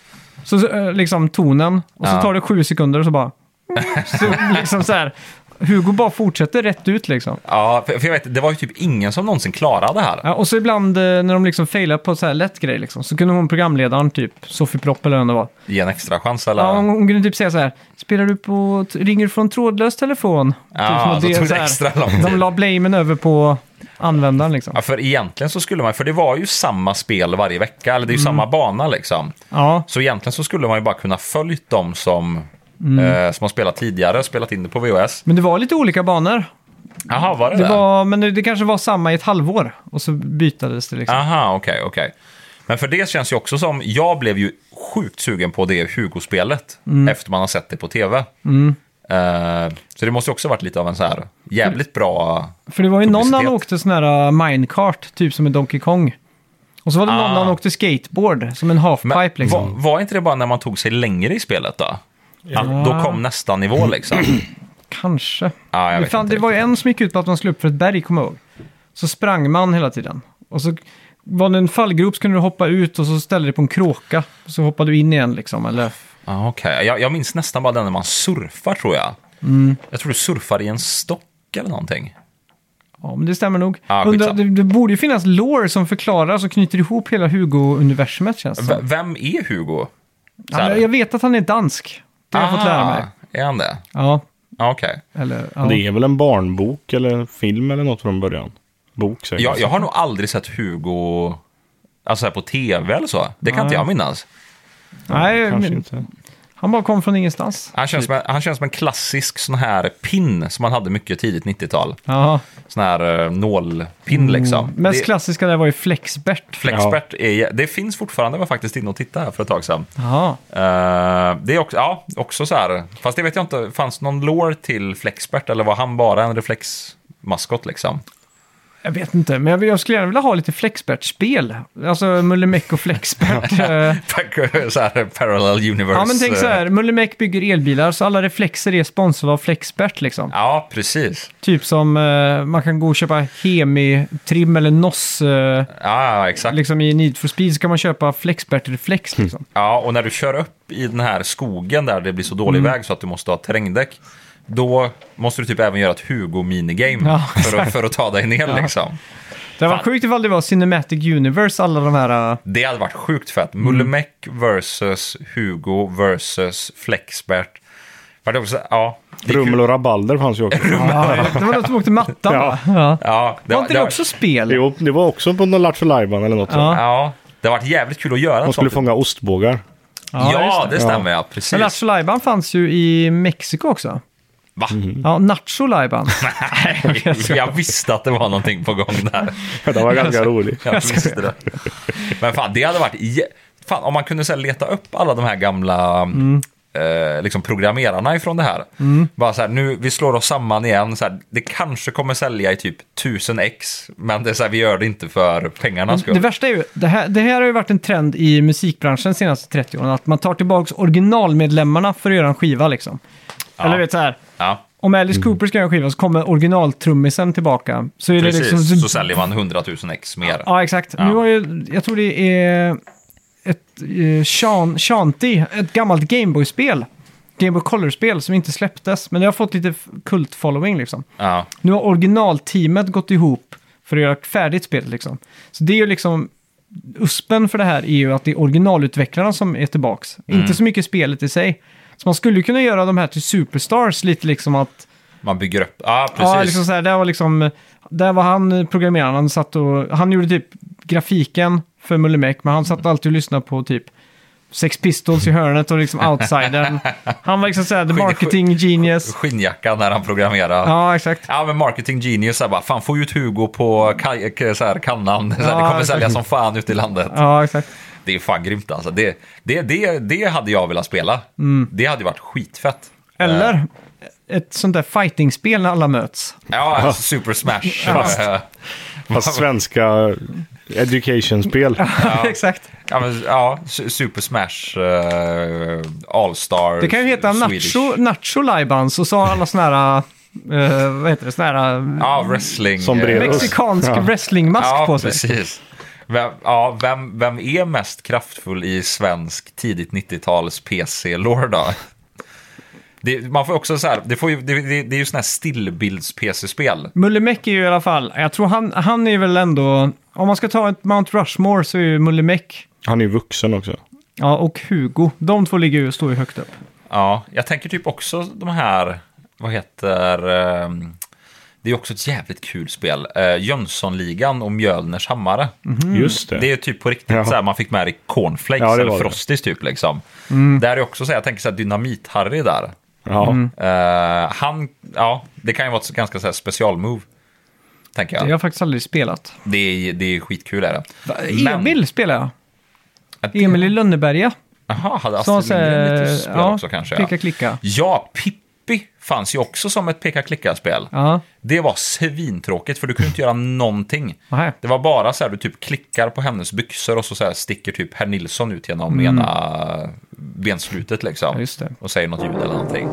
Så liksom tonen. Och så ja. tar det sju sekunder och så bara... Så liksom så här... Hugo bara fortsätter rätt ut liksom. Ja, för jag vet, det var ju typ ingen som någonsin klarade det här. Ja, och så ibland när de liksom failar på så här lätt grej liksom, så kunde hon programledaren typ, Sofie Propp eller vad det var. Ge en extra chans eller? Ja, hon, hon kunde typ säga så här, spelar du på, ringer du från trådlös telefon? Ja, typ, så tog det det extra lång tid. De la blamen över på användaren liksom. Ja, för egentligen så skulle man, för det var ju samma spel varje vecka, eller det är ju mm. samma bana liksom. Ja. Så egentligen så skulle man ju bara kunna följt dem som... Mm. Eh, som har spelat tidigare, spelat in det på V H S. Men det var lite olika banor. Jaha, var det det? det? Var, men det, det kanske var samma i ett halvår. Och så bytades det liksom. Aha, okej, okay, okej. Okay. Men för det känns ju också som, jag blev ju sjukt sugen på det Hugo-spelet. Mm. Efter man har sett det på tv. Mm. Eh, så det måste ju också varit lite av en så här jävligt bra... För det var ju någon han åkte sån här minecart, typ som en Donkey Kong. Och så var det ah. någon han åkte skateboard, som en halfpipe men, liksom. Var, var inte det bara när man tog sig längre i spelet då? Ja. Att då kom nästa nivå liksom. Kanske. Ja, jag det, vet fan, inte det var ju en som gick ut på att man skulle upp för ett berg, kommer jag ihåg. Så sprang man hela tiden. Och så var det en fallgrop, så kunde du hoppa ut och så ställde dig på en kråka. Och så hoppade du in igen liksom. Eller... Ah, okej. Okay. Jag, jag minns nästan bara den när man surfar, tror jag. Mm. Jag tror du surfar i en stock eller någonting. Ja, men det stämmer nog. Ah, Undra, det, det borde ju finnas lore som förklarar, som knyter ihop hela Hugo-universumet, känns det. V- Vem är Hugo? Ja, jag vet att han är dansk. Det har jag fått lära mig. Är han det? Ja. Okej. Okay. Ja. Det är väl en barnbok eller film eller något från början? Bok säkert. Jag, jag har nog aldrig sett Hugo alltså här på tv eller så. Det kan Nej. inte jag minnas. Nej, ja, kanske men, inte. Han bara kom från ingenstans. Han känns, som en, han känns som en klassisk sån här pin som man hade mycket tidigt nittiotal. Ja. Sån här uh, nålpin liksom. Mm. Mest det, klassiska där var ju Flexbert. Flexbert, ja. är, det finns fortfarande. Jag var faktiskt inne och tittade här för ett tag sedan. Jaha. Uh, det är också, ja, också så här. Fast det vet jag inte, fanns någon lore till Flexbert eller var han bara en reflexmaskot liksom? Jag vet inte, men jag, jag skulle gärna vilja ha lite Flexbert-spel. Alltså Mullemäck och Flexbert. så här parallel universe. Ja, men tänk så här. Mullemäck bygger elbilar, så alla reflexer är sponsrade av Flexbert liksom. Ja, precis. Typ som uh, man kan gå och köpa Hemi-trim eller N O S. Uh, ja, exakt. Liksom i Need for Speed så kan man köpa Flexbert-reflex liksom. Ja, och när du kör upp i den här skogen där det blir så dålig mm. väg så att du måste ha terrängdäck, då måste du typ även göra ett Hugo-minigame ja, för, att, för att ta dig ner ja. liksom. Det var sjukt ifall det var Cinematic Universe, alla de här... Uh... Det hade varit sjukt fett. Mm. Mullemäck versus Hugo versus Flexbert. För det också, ja, Rummel och rabalder fanns ju också. Ja, det var något som åkte mattan, Ja. va? Ja. Ja, det, Var inte det, det var, också spel? Jo, det var också på någon Lattjo Lajban eller något. Ja. Ja. ja, det har varit jävligt kul att göra. De ett skulle sånt. fånga ostbågar. Ja, just det stämmer, ja. Precis. Men Lattjo Lajban fanns ju i Mexiko också. Va? Ja, Nacho Lajban. Jag visste att det var någonting på gång där. Det var ganska roligt. Jag visste det. Men fan, det hade varit... jä- Fan, om man kunde så här, leta upp alla de här gamla mm. eh, liksom programmerarna ifrån det här. Mm. Bara så här, nu, vi slår oss samman igen. Så här, det kanske kommer sälja i typ tusen ex. Men det är så här, vi gör det inte för pengarna skull. Det värsta är ju, det här, det här har ju varit en trend i musikbranschen de senaste trettio åren. Att man tar tillbaka originalmedlemmarna för att göra en skiva liksom. Ja. Eller vet så här. Ja, Om Alice Cooper ska göra en skiva så kommer originaltrummisen tillbaka. Så är precis. det liksom... Så säljer man hundratusen ex mer. Ja, exakt. Ja. Nu har ju, jag tror det är ett uh, Shan, Shanti, ett gammalt Gameboy-spel. Game Boy Color-spel som inte släpptes. Men det har fått lite kult-following liksom. Ja. Nu har originalteamet gått ihop för att göra färdigt spelet liksom. Så det är ju liksom... Uspen för det här är ju att det är originalutvecklarna som är tillbaks. Mm. Inte så mycket spelet i sig. Så man skulle kunna göra de här till superstars lite liksom att... Man bygger upp. Ja, precis. Ja, liksom så här, där var liksom... Där var han programmeraren, han satt och... Han gjorde typ grafiken för Mulle Meck, men han satt alltid och lyssnade på typ Sex Pistols i hörnet och liksom Outsidern. Han var liksom såhär, the marketing genius. Skinnjackan när han programmerar. Ja, exakt. Ja, men marketing genius, så här bara, fan få ut Hugo på ka- så här, kannan. Så här, Ja, det kommer exakt. sälja som fan ute i landet. Ja, exakt. Det är fan grymt alltså. Det, det, det, det hade jag velat spela. Mm. Det hade ju varit skitfett. Eller ett sånt där fighting-spel när alla möts. Ja, alltså, Super Smash. Fast- Ja, Fast svenska education-spel. Exakt. ja, men, ja, Su- Super Smash uh, All-Star. Det kan ju heta Swedish. Nacho, Nacho Lajbans och så har alla såna här... Uh, vad heter det? Såna här... Ja, wrestling. Som eh, bred- mexikansk Ja. wrestlingmask Ja, på sig. precis. Vem, ja, vem, vem är mest kraftfull i svensk tidigt nittio-tals P C-lore då? Det, man får också så här, det, får ju, det, det, det är ju sån här stillbilds-P C-spel. Mulle Meck är ju i alla fall... Jag tror han, han är väl ändå... Om man ska ta ett Mount Rushmore så är ju Mulle Meck... Han är ju vuxen också. Ja, och Hugo. De två ligger ju, står ju högt upp. Ja, jag tänker typ också de här, vad heter, um, det är också ett jävligt kul spel. Uh, Jönssonligan och Mjölners hammare. Just det. Det är typ på riktigt Ja. så här, man fick med det i cornflakes Ja, det eller var det. frosties typ liksom. Där är också så här, jag tänker så här Dynamit-Harry där. Ja. Uh, han, ja, det kan ju vara ett ganska så här specialmove. Tänker Det har jag. jag faktiskt aldrig spelat. Det är, det är skitkul är det. Emil spelar jag. Att det- Emil i Lönneberga. Jaha, hade Som Astrid Lindgren lite säger... spel Ja, också kanske? Ja. peka klicka. ja, Pippi fanns ju också som ett peka-klicka-spel. Ja, Det var svintråkigt för du kunde inte göra någonting. nähä. Det var bara så här, du typ klickar på hennes byxor och så, så här, sticker typ herr Nilsson ut genom ena benslutet liksom. Ja, just det. Och säger något ljud eller någonting.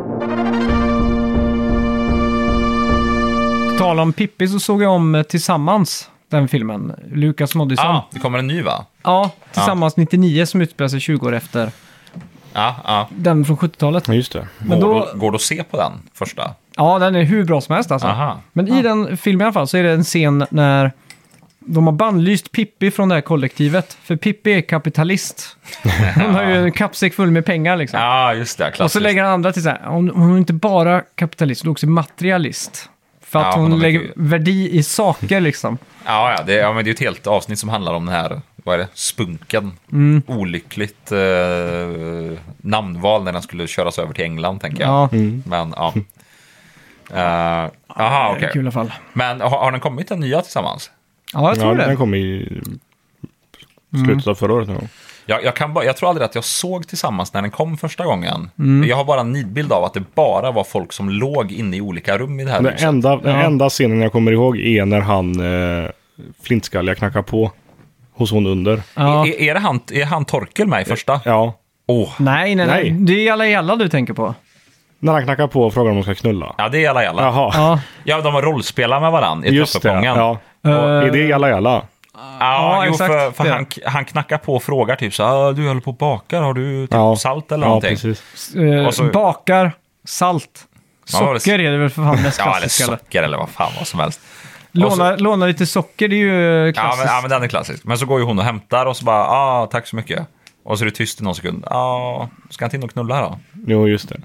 På tal om Pippi så såg jag om eh, Tillsammans, den filmen. Lukas Moodysson. Ah, det kommer en ny va? Ja, Tillsammans nittionio som utspelar sig tjugo år efter Ja, ja. den från sjuttiotalet. Ja, just det. Men Går, då- då... går det att se på den första? Ja, den är hur bra som helst alltså. Aha. Men i den filmen i alla fall så är det en scen när de har bannlyst Pippi från det här kollektivet. För Pippi är kapitalist. Hon har ju en kappsäck full med pengar liksom. Ja, just det. Klassiskt. Och så lägger han andra till så här, hon, hon är inte bara kapitalist, hon är också materialist. För att Ja, hon hon har lägger mycket- värdi i saker liksom. Ja, ja, det, ja, men det är ju ett helt avsnitt som handlar om den här, vad är det, spunken. Mm. Olyckligt eh, namnval när den skulle köras över till England, tänker jag. Ja, Men, ja. Uh, aha, det okej. är kul i alla fall. Men har, har den kommit en nya tillsammans? Ja, jag tror Ja, det. den kom i slutet av förra året. Ja. Jag, jag, kan ba, jag tror aldrig att jag såg tillsammans när den kom första gången. Mm. Jag har bara en nidbild av att det bara var folk som låg inne i olika rum i det här Den, huset. enda, den Ja. enda scenen jag kommer ihåg är när han eh, flintskalliga knackar på hos hon under. Ja. Är, är, det han, är han Torkel med i första? Ja, Åh, Nej, nej, nej, Nej. Det är Jalla Jalla du tänker på. när han knackar på och frågar om de ska knulla. ja, det är alla jalla. Jaha, Ja, Ja, de har rollspelat med varandra i just det. trappuppgången. Ja. Eh, Är det Jalla Jalla? Ja, Ja, jo, exakt. för, för Det. han, han knackar på och frågar typ så här, du håller på och bakar, har du typ Ja. salt eller Ja, någonting? precis. eh, Och så- bakar, salt. Ja, var det- Socker är det väl för fan mest Ja, eller klassiska. eller? socker eller vad fan vad som helst. Låna, Och så- låna lite socker, det är ju Ja klassiskt. men, ja, men den är klassisk. Men så går ju hon och hämtar och så bara, ah, tack så mycket. Och så är det tyst i någon sekund. Ja, ah, ska han till och knulla då? Jo, just det.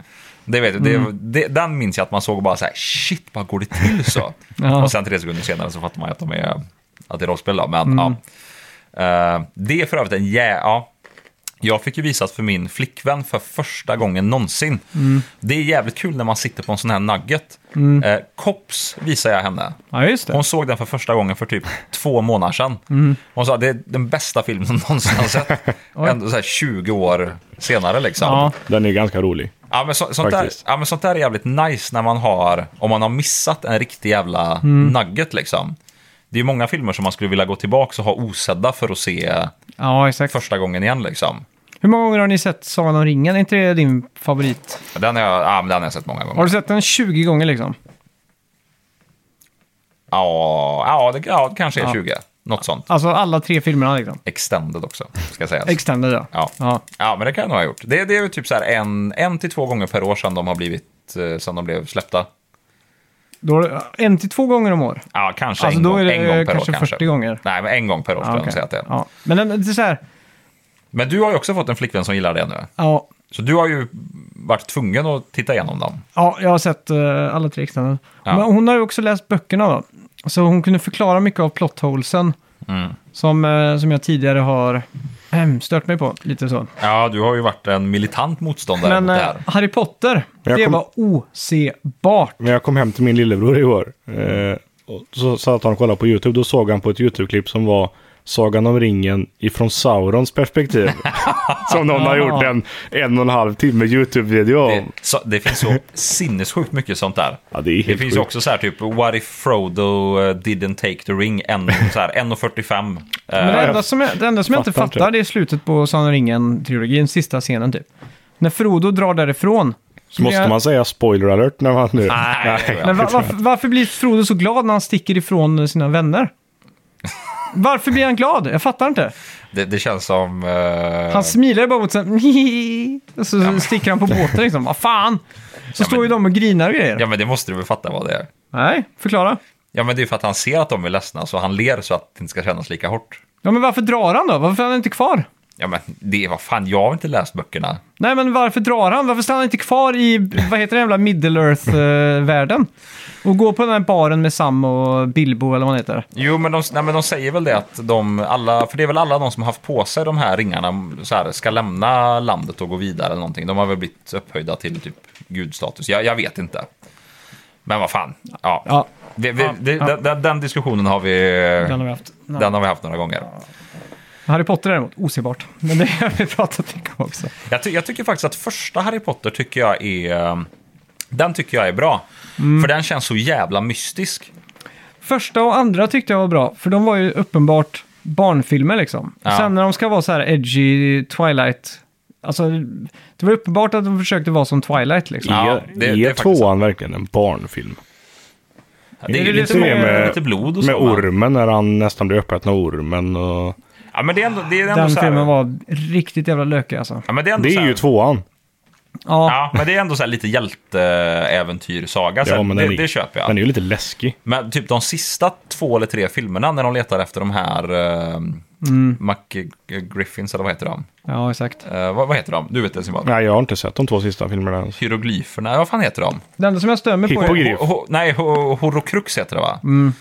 Det vet du, Mm. det, det, den minns jag att man såg bara så här, shit, vad går det till så? Ja. Och sen tre sekunder senare så fattar man ju att de är, att det är rollspel då. Men Mm. ja, uh, det är för övrigt en jä... Ja. Jag fick ju visat för min flickvän för första gången någonsin. Mm. Det är jävligt kul när man sitter på en sån här nugget. Mm. Uh, Cops visar jag henne. Ja, just det. Hon såg den för första gången för typ två månader sedan. Mm. Hon sa det är den bästa filmen som någonsin har sett. Ändå så här tjugo år senare liksom. Ja. Den är ganska rolig. Ja men, så, sånt där, ja, men sånt där är jävligt nice när man har, om man har missat en riktig jävla mm. nugget liksom. Det är många filmer som man skulle vilja gå tillbaka och ha osedda för att se ja, exakt. första gången igen liksom. Hur många gånger har ni sett Sagan om ringen? Är inte det din favorit? Den har jag, ja, men den har jag sett många gånger. Har du sett den tjugo gånger liksom? Ja, ja, det, ja det kanske är ja. tjugo. Något sånt. Alltså alla tre filmerna liksom? Extended också, ska jag säga. Extended, ja. Ja. ja. Ja, men det kan jag nog ha gjort. Det, det är ju typ så här en, en till två gånger per år sedan de har blivit, sedan de blev släppta. Då, en till två gånger om år? Ja, kanske alltså, en, gång, en gång per kanske år. fyrtio kanske. gånger? Nej, men en gång per år skulle ja, okay. jag säga att det är. Ja. Men det är så här... Men du har ju också fått en flickvän som gillar det nu. Ja. Så du har ju varit tvungen att titta igenom dem. Ja, jag har sett uh, alla tre externa. Ja. Men hon har ju också läst böckerna då. Så hon kunde förklara mycket av plotholesen. Mm. Som, uh, som jag tidigare har um, stört mig på. Lite så. Ja, du har ju varit en militant motståndare Men mot det här. Uh, Harry Potter, det kom... var osebart. Men jag kom hem till min lillebror i år. Eh, och så satt han och kollade på YouTube. Då såg han på ett YouTube-klipp som var Sagan om ringen ifrån Saurons perspektiv. Som någon har gjort en en och en halv timme YouTube-video om. Det, så, det finns så sinnessjukt mycket sånt där. Ja, det är det finns ju också så här typ What if Frodo didn't take the ring? En, så här, en och fyrtiofem. Men det enda som jag, det enda som jag inte fattar det är slutet på Sagan om ringen-trilogin, sista scenen typ. När Frodo drar därifrån. Så måste jag... man säga spoiler alert när man nu... Nej, Men var, varför, varför blir Frodo så glad när han sticker ifrån sina vänner? Varför blir han glad? Jag fattar inte. Det, det känns som... Uh... Han smilar bara mot sig. Och så ja, sticker han på båten liksom. Vad fan? Så ja, står men... ju de och grinar och grejer. Ja, men det måste du väl fatta vad det är. Nej, förklara. Ja, men det är för att han ser att de är ledsna. Så han ler så att det inte ska kännas lika hårt. Ja, men varför drar han då? Varför är han inte kvar? Ja, men det är vad fan. Jag har inte läst böckerna. Nej, men varför drar han? Varför stannar han inte kvar i, vad heter det, jävla Middle-earth-världen? Och gå på den här baren med Sam och Bilbo eller vad han heter. Jo, men de, nej, men de säger väl det att de alla, för det är väl alla de som har haft på sig de här ringarna så här, ska lämna landet och gå vidare eller någonting. De har väl blivit upphöjda till typ gudstatus. Jag, jag vet inte. Men vad fan. Ja. Ja. Vi, vi, ja. Det, ja. Den, den diskussionen har vi, den har vi haft. Ja. Den har vi haft några gånger. Ja. Harry Potter är däremot osebart. Men det har vi pratat om också. Jag, ty- jag tycker faktiskt att första Harry Potter tycker jag är... Den tycker jag är bra. Mm. För den känns så jävla mystisk. Första och andra tyckte jag var bra. För de var ju uppenbart barnfilmer liksom. Ja. Sen när de ska vara så här edgy Twilight... Alltså, det var uppenbart att de försökte vara som Twilight liksom. Ja, det, är, det är tvåan verkligen en barnfilm? Ja, det är ju lite, med, lite blod och med så. Med ormen när han nästan blir uppäten av ormen och... Ja, men det är ändå, det är ändå den så här... filmen var riktigt jävla lökig alltså. Ja, men det är, ändå det är så här... ju tvåan. Ja. Ja, men det är ändå så här lite hjälteäventyrsaga. Ja, men det, det, det köper jag. Den är ju lite läskig. Men typ de sista två eller tre filmerna när de letar efter de här uh, mm. McGriffins, eller vad heter de? Ja, exakt. Uh, vad, vad heter de? Du vet det, Simon? Nej, jag har inte sett de två sista filmerna ens. Hieroglyferna, vad fan heter de? Det enda som jag stämmer på är... Ho, ho, nej, ho, Horocrux heter det, va? Mm.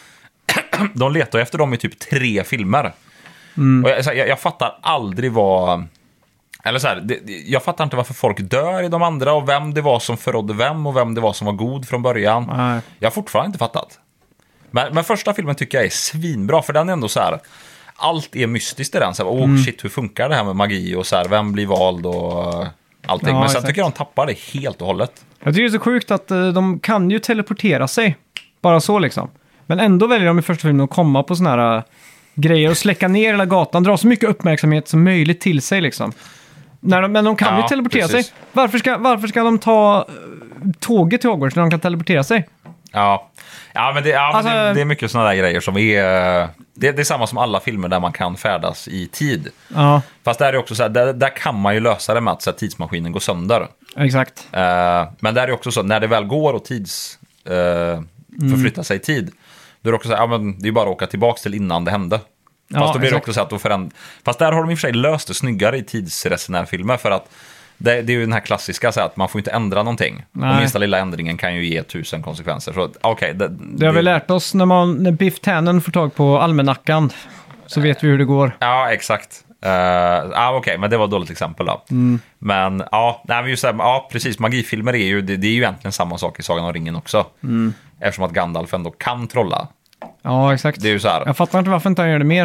De letar efter dem i typ tre filmer. Mm. Och jag, jag, jag fattar aldrig vad... Eller så här, det, jag fattar inte varför folk dör i de andra och vem det var som förrådde vem och vem det var som var god från början. Nej. Jag har fortfarande inte fattat. Men, men första filmen tycker jag är svinbra, för den är ändå så här, allt är mystiskt i den. Så här, oh mm. shit, hur funkar det här med magi och så här, vem blir vald och allting. Ja, men sen exakt. tycker jag de tappar det helt och hållet. Jag tycker det är så sjukt att uh, de kan ju teleportera sig. Bara så liksom. Men ändå väljer de i första filmen att komma på såna här uh, grejer och släcka ner hela gatan, dra så mycket uppmärksamhet som möjligt till sig liksom. När de, men de kan ja, ju teleportera precis. sig. Varför ska, varför ska de ta uh, tåget till Hogwarts när de kan teleportera sig? Ja, ja men, det, ja, alltså, men det, det är mycket sådana där grejer som är... Det, det är samma som alla filmer där man kan färdas i tid. Ja. Fast där är också så här, där, där kan man ju lösa det med att så här, tidsmaskinen går sönder. Exakt. Uh, men där är också så, när det väl går och tids uh, förflytta mm. sig i tid, då är det också så här, ja, men det är bara att åka tillbaka till innan det hände. Fast Ja, då blir det exakt. också så att då föränd... Fast där har de i och för sig löst det snyggare i tidsresenärfilmer, för att det, det är ju den här klassiska, så att man får inte ändra någonting. Nej. Och minsta lilla ändringen kan ju ge tusen konsekvenser. Så okay, det, det har vi lärt oss när, man, när Biff Tannen får tag på almanackan. Så vet vi hur det går. Ja, exakt. Uh, ah, Okej, okay, men det var ett dåligt exempel då. Mm. Men ja, nej, men just här, ja, precis. Magifilmer är ju, det, det är ju egentligen samma sak i Sagan om ringen också. Mm. Eftersom att Gandalf ändå kan trolla. Ja, exakt. Det är ju så här. Jag fattar inte varför inte han gör det mer.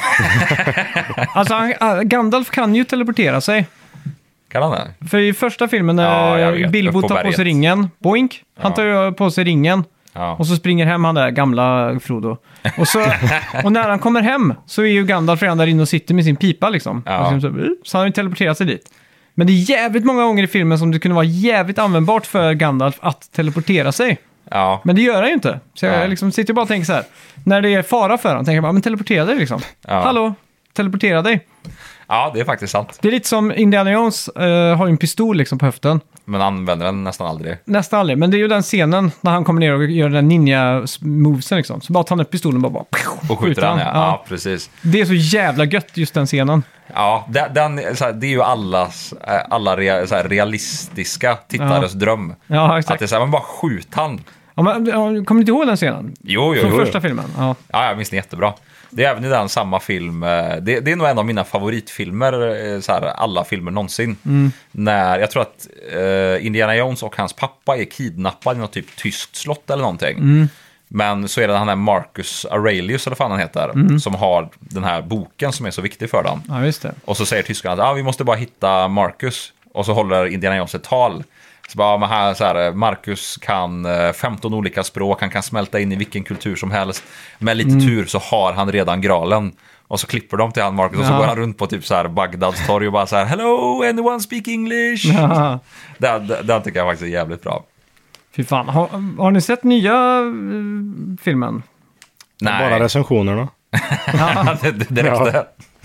Alltså, han, Gandalf kan ju teleportera sig. Kan han det? För i första filmen när Ja, vet, Bilbo tar på berget. sig ringen, boink, han Ja. tar ju på sig ringen. Ja. Och så springer hem han där gamla Frodo. Och, så, och när han kommer hem så är ju Gandalf redan där inne och sitter med sin pipa liksom. Ja. Och så, så han har ju teleporterat sig dit. Men det är jävligt många gånger i filmen som det kunde vara jävligt användbart för Gandalf att teleportera sig. Ja. Men det gör han ju inte. Så jag Nej. liksom sitter bara och tänker så här. När det är fara för honom, tänker jag bara, men teleportera dig liksom. Ja. Hallå, teleportera dig. ja, det är faktiskt sant. Det är lite som Indiana Jones uh, har ju en pistol liksom på höften. Men använder den nästan aldrig. Nästan aldrig, men det är ju den scenen när han kommer ner och gör den ninja-movesen liksom. Så bara tar han upp pistolen och bara... Och skjuter den, ja. Ja. Ja. precis. Det är så jävla gött just den scenen. Ja, den, den, så här, det är ju allas, eh, alla rea, så här, realistiska tittares dröm. Ja, Att exakt. det är så här, men bara skjut han. Ja, men, ja, kommer ni inte ihåg den scenen? Jo, jo, Från jo. första filmen? Ja. Ja, jag minns den jättebra. Det är även i den samma film. eh, Det, det är nog en av mina favoritfilmer, eh, så här, alla filmer någonsin. Mm. När jag tror att eh, Indiana Jones och hans pappa är kidnappad i något typ tyskt slott eller någonting. Mm. Men så är det han här Marcus Aurelius, eller vad fan han heter, Mm. som har den här boken som är så viktig för dem. Ja, just det. Och så säger tyskarna att ah, vi måste bara hitta Marcus. Och så håller Indiana Jones ett tal. Så bara, men här, så här, Marcus kan eh, femton olika språk, han kan smälta in i vilken kultur som helst. Med lite tur så har han redan graalen. Och så klipper de till han Marcus och så Ja. går han runt på typ så här Bagdads torg och bara så här, hello, anyone speak English? Ja. Den, den, den tycker jag faktiskt är jävligt bra. Fy fan. Har, har ni sett nya uh, filmen? Nej, Bara recensionerna. det, det, det räckte.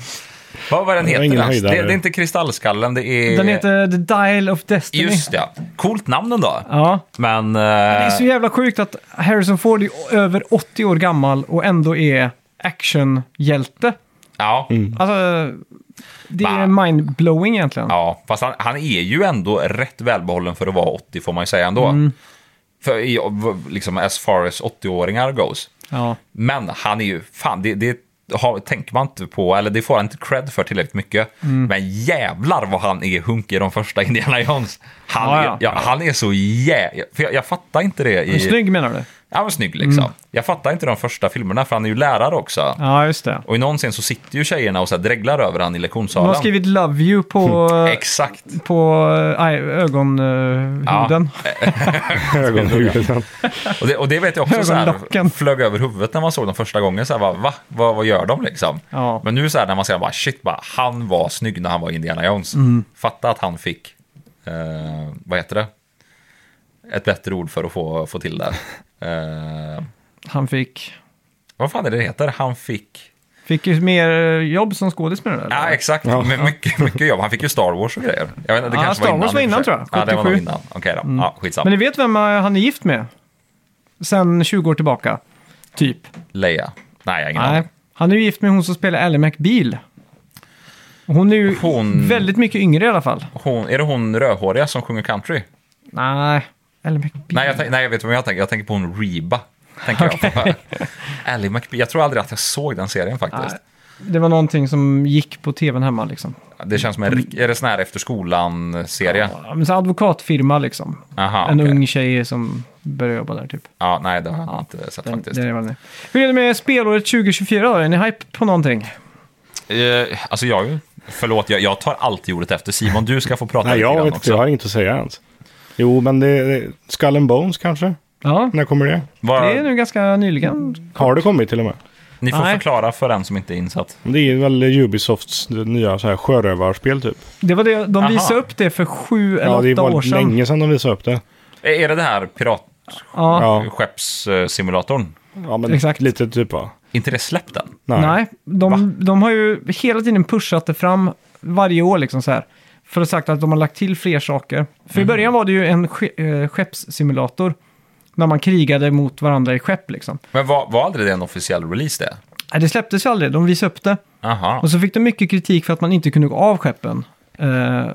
Vad var den Det var heter? ingen ens? Det, höjdare. det är inte Kristallskallen, det är... Den heter The Dial of Destiny. Just det, coolt namn ändå. Ja. Men... Det är så jävla sjukt att Harrison Ford är över åttio år gammal och ändå är actionhjälte. Ja, Alltså, det är Va? mind-blowing egentligen. ja, fast han, han är ju ändå rätt välbehållen för att vara åttio, får man ju säga ändå. Mm. För i, liksom as far as åttio-åringar goes. Ja. Men han är ju, fan, det, det har, tänker man inte på, eller det får han inte cred för tillräckligt mycket. Mm. Men jävlar vad han är hunk i de första Indiana Jones. Han, Ja, är, ja. ja, han är så jä... För jag, jag fattar inte det i... Snygg menar du? Ja, men snygg liksom. Jag fattar inte de första filmerna, för han är ju lärare också. Ja, just det. Och i någon scen så sitter ju tjejerna och så här dreglar över han i De lektionssalen. har skrivit Love You på, Exakt. på äh, ögonhuden. Ögonhuden. Och det, och det vet jag också så här, Ögonlocken. flög över huvudet när man såg dem första gången. Så här, bara, va? Vad, vad gör de liksom? Ja. Men nu så här när man säger bara, shit, bara, han var snygg när han var Indiana Jones. Mm. Fatta att han fick, eh, vad heter det? Ett bättre ord för att få, få till det. Eh, Han fick, vad fan är det det heter? Han fick... fick ju mer jobb som skådespelare. Ja, exakt. Ja. Med mycket, mycket jobb. Han fick ju Star Wars och grejer. Jag vet inte, det Ja, kanske Star var innan. Wars var i och för innan, sig. tror jag. Ja, det var nog sjuttiosju. innan. Okej då. Ja, skitsamma. Men ni vet vem han är gift med? Sen tjugo år tillbaka. Typ. Leia. Nej, jag har ingen Nej. aning. Han är ju gift med hon som spelar Ally McBeal. Hon är ju Hon- väldigt mycket yngre i alla fall. Hon, är det hon rödhåriga som sjunger country? Nej, Ally McBeal. Nej, jag, tänk, nej, jag vet vad jag tänker. Jag tänker på hon Reba. Tänker jag på. Ally McBeal. Jag tror aldrig att jag såg den serien faktiskt. Nej, det var någonting som gick på tvn hemma liksom. Det känns som en, rik- är det sån här efter skolan-serie? Ja, men så advokatfirma liksom. Aha, En okej. ung tjej som börjar jobba där typ. Ja, nej, det har jag inte sett Den, faktiskt. det är väl det. Hur är det med spelåret tjugo tjugofyra då? Är ni hype på någonting? Eh, alltså jag, förlåt, jag, jag tar alltid ordet efter. Simon, du ska få prata Nej, lite jag grann vet inte. också. Jag har inget att säga ens. Jo, men det det- Skull and Bones kanske? Ja, När kommer det? Var, det är nu ganska nyligen. Har det kommit till och med? Ni får Nej. förklara för en som inte är insatt. Det är väl Ubisofts nya så här sjörövarspel typ. Det var det, de Aha. visade upp det för sju eller Ja, det åtta år var sedan. länge sedan de visade upp det. Är är det det här Ja, Ja, piratskeppssimulatorn? ja men Exakt. lite typ va? Inte det släppt än? Nej. nej. De, de har ju hela tiden pushat det fram varje år liksom så här. För att sagt att de har lagt till fler saker. För Mhm. i början var det ju en ske- eh, skeppssimulator. När man krigade mot varandra i skepp liksom. Men var, var aldrig det en officiell release det? Nej, det släpptes ju aldrig. De visade upp det. Aha. Och så fick de mycket kritik för att man inte kunde gå av skeppen. Eh,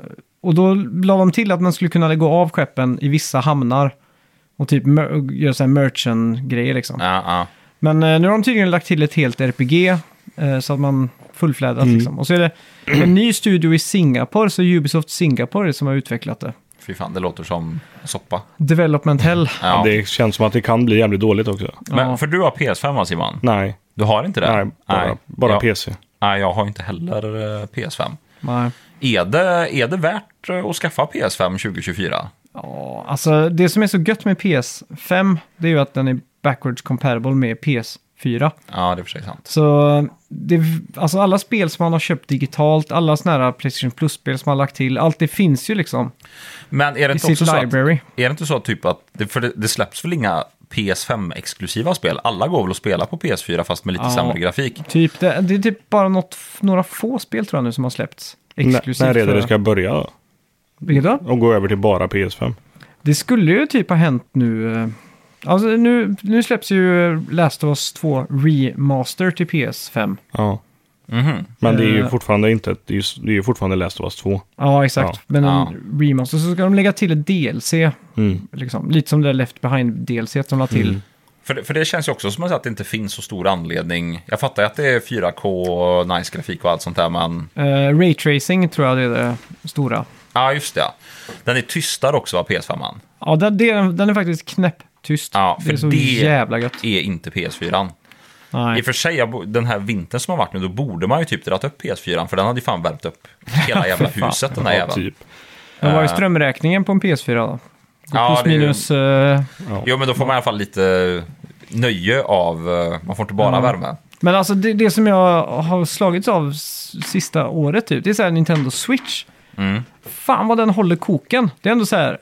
och då la de till att man skulle kunna gå av skeppen i vissa hamnar och typ mer- göra så här merchant-grejer liksom. Ja, ja. Men eh, nu har de tydligen lagt till ett helt R P G eh, så att man fullflädat Mm. liksom. Och så är det en ny studio i Singapore, så Ubisoft Singapore som har utvecklat det. Fy fan, det låter som soppa. Development Hell. Ja. Det känns som att det kan bli jävligt dåligt också. Men Ja. för du har P S fem, Simon? Nej, Du har inte det? nej bara, bara jag, P C. Nej, jag har inte heller eh, P S fem. Nej. Är det, är det värt eh, att skaffa P S fem tjugo tjugofyra? Ja, alltså det som är så gött med P S fem, det är ju att den är backwards compatible med P S fyra. Ja, det är för sig sant. Så det, alltså alla spel som man har köpt digitalt, alla såna här PlayStation Plus-spel som man har lagt till, allt det finns ju liksom Men är det i inte sitt också så att, library. är det inte så typ att, det, för det, det släpps väl inga P S fem-exklusiva spel? Alla går väl att spela på P S fyra fast med lite Ja. sämre grafik? Typ, det, det är typ bara något, några få spel tror jag nu som har släppts. Exklusivt. När är det för- det ska börja då? Vilket då? Och gå över till bara P S fem? Det skulle ju typ ha hänt nu. eh, Alltså nu, nu släpps ju Last of Us två Remaster till P S fem. Ja. Mhm. Men det är ju Eh. fortfarande inte, det är ju, det är ju fortfarande Last of Us två. Ja, exakt. Ja. Men en Ja. Remaster så ska de lägga till ett D L C. Mm. Liksom. Lite som det där Left Behind-D L C som la till. Mm. För det, för det känns ju också som att det inte finns så stor anledning. Jag fattar ju att det är fyra K, nice grafik och allt sånt där, men... Uh, Raytracing tror jag det är det stora. Ja, just det. Den är tystare också, va, P S fem? Ja, den, den, den är faktiskt knäpptyst. Ja, det för är så det jävla gött. är inte P S fyra. Nej. I och för sig, jag bo- den här vintern som har varit nu, då borde man ju typ dratt upp P S fyra, för den hade ju fan värmt upp hela jävla För fan. huset, den där Ja, jäveln. typ. Men vad är Eh. strömräkningen på en P S fyra då? Ja, Plus det är ju- minus... eh, Ja. Jo, men då får man i alla fall lite nöje av, eh, man får inte bara Mm. värme. Men alltså det, det som jag har slagits av s- sista året typ, det är så här Nintendo Switch. Mm. Fan vad den håller koken. Det är ändå så här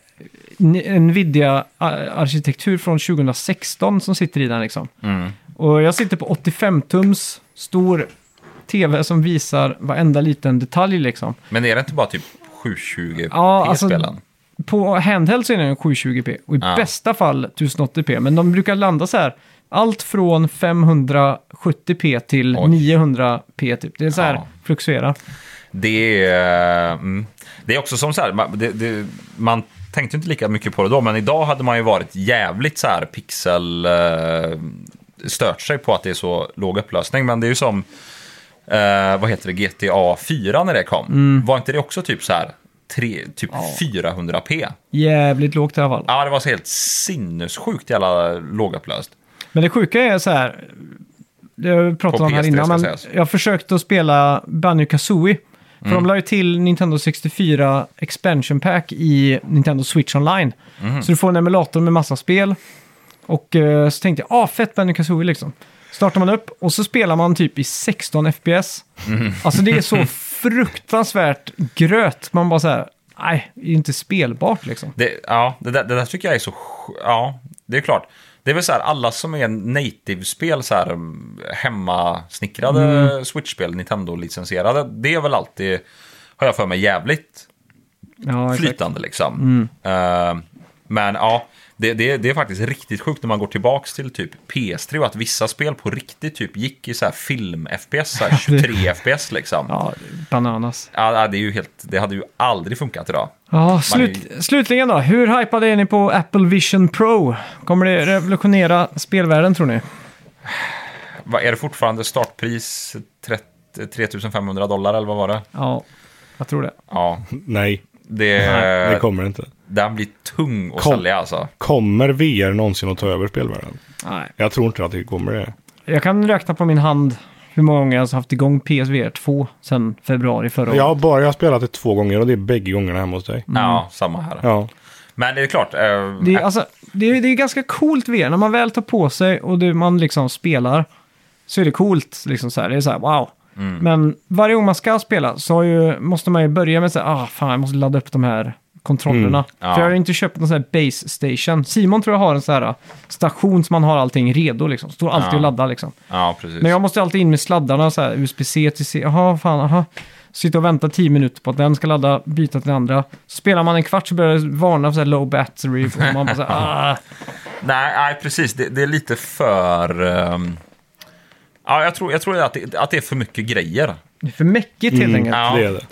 N- Nvidia-arkitektur från tjugohundrasexton som sitter i den liksom. Mm. Och jag sitter på åttiofem tums stor tv som visar varenda liten detalj liksom. Men är det inte bara typ sjuhundratjugo Ja, p alltså- spelen? På handheld så är den sjuhundratjugo p och i Ja. bästa fall tusen åttio p. Men de brukar landa så här allt från femhundrasjuttio p till Oj. niohundra p typ. Det är så här Ja. fluktuerar. Det är, mm, det är också som så här, man, det, det, man tänkte inte lika mycket på det då, men idag hade man ju varit jävligt så här pixel, eh, stört sig på att det är så låg upplösning, men det är ju som, eh, vad heter det, G T A fyra när det kom. Var inte det också typ så här, tre, typ Ja. fyrahundra p? Jävligt lågt i alla fall. Ja, det var så helt sinnessjukt jävla lågupplöst. Men det sjuka är så här, det har vi pratat På om här P S tre innan, ska men sägas. jag försökte att spela Banjo-Kazooie. För Mm. de la ju till Nintendo sextiofyra Expansion Pack i Nintendo Switch Online. Mm. Så du får en emulator med massa spel. Och eh, så tänkte jag, ah fett Banjo-Kazooie liksom. Startar man upp och så spelar man typ i sexton F P S. Mm. Alltså det är så fruktansvärt gröt. Man bara så här, nej, det är inte spelbart liksom. Det, ja, det där, det där tycker jag är så... sj- Ja, det är klart. Det är väl så här, alla som är native-spel, så här mm, hemmasnickrade Mm. Switch-spel, Nintendo-licensierade, det är väl alltid, har jag för mig, jävligt Ja, exakt. flytande liksom. Eh, men ja, det, det, det är faktiskt riktigt sjukt när man går tillbaks till typ P S tre och att vissa spel på riktigt typ gick i så här film-F P S, så här tjugotre F P S liksom. Ja. Ja, bananas. Ja, det är ju helt, det hade ju aldrig funkat idag. Ja, slut, slutligen då. Hur hypade är ni på Apple Vision Pro? Kommer det revolutionera spelvärlden tror ni? Vad är det fortfarande startpris trettio tre tusen femhundra dollar eller vad var det? Ja, jag tror det. Ja, Nej, det, det kommer inte. den blir tung att Kom. sälja alltså. Kommer V R någonsin att ta över spelvärlden? Nej. Jag tror inte att det kommer det. Jag kan räkna på min hand hur många gånger jag har haft igång P S V R två sedan februari förra året. Jag har bara jag har spelat det två gånger och det är bägge gångerna hemma hos dig. Ja, samma här. Ja, Men det är klart. eh, Det är, alltså, det, är, det är ganska coolt V R. När man väl tar på sig och det, man liksom spelar så är det coolt. Liksom så här. Det är så här, wow. Mm. Men varje gång man ska spela så har ju, måste man ju börja med så här, ah, fan, jag måste ladda upp de här kontrollerna. Mm, ja. För jag har inte köpt någon sån här base station. Simon tror jag har en sån här station som man har allting redo liksom. Står alltid Ja. och laddar liksom. Ja, precis. Men jag måste alltid in med sladdarna, så här, U S B C till C. Jaha, fan, aha. Sitta och vänta tio minuter på att den ska ladda, byta till den andra. Så spelar man en kvart så börjar det varna för så här low battery. Och man bara så här, ah. Nej, nej, precis. Det, det är lite för... ehm, Ja, jag tror, jag tror att, det, att det är för mycket grejer. Det är för mäckigt helt Mm. enkelt. Ja. det är det.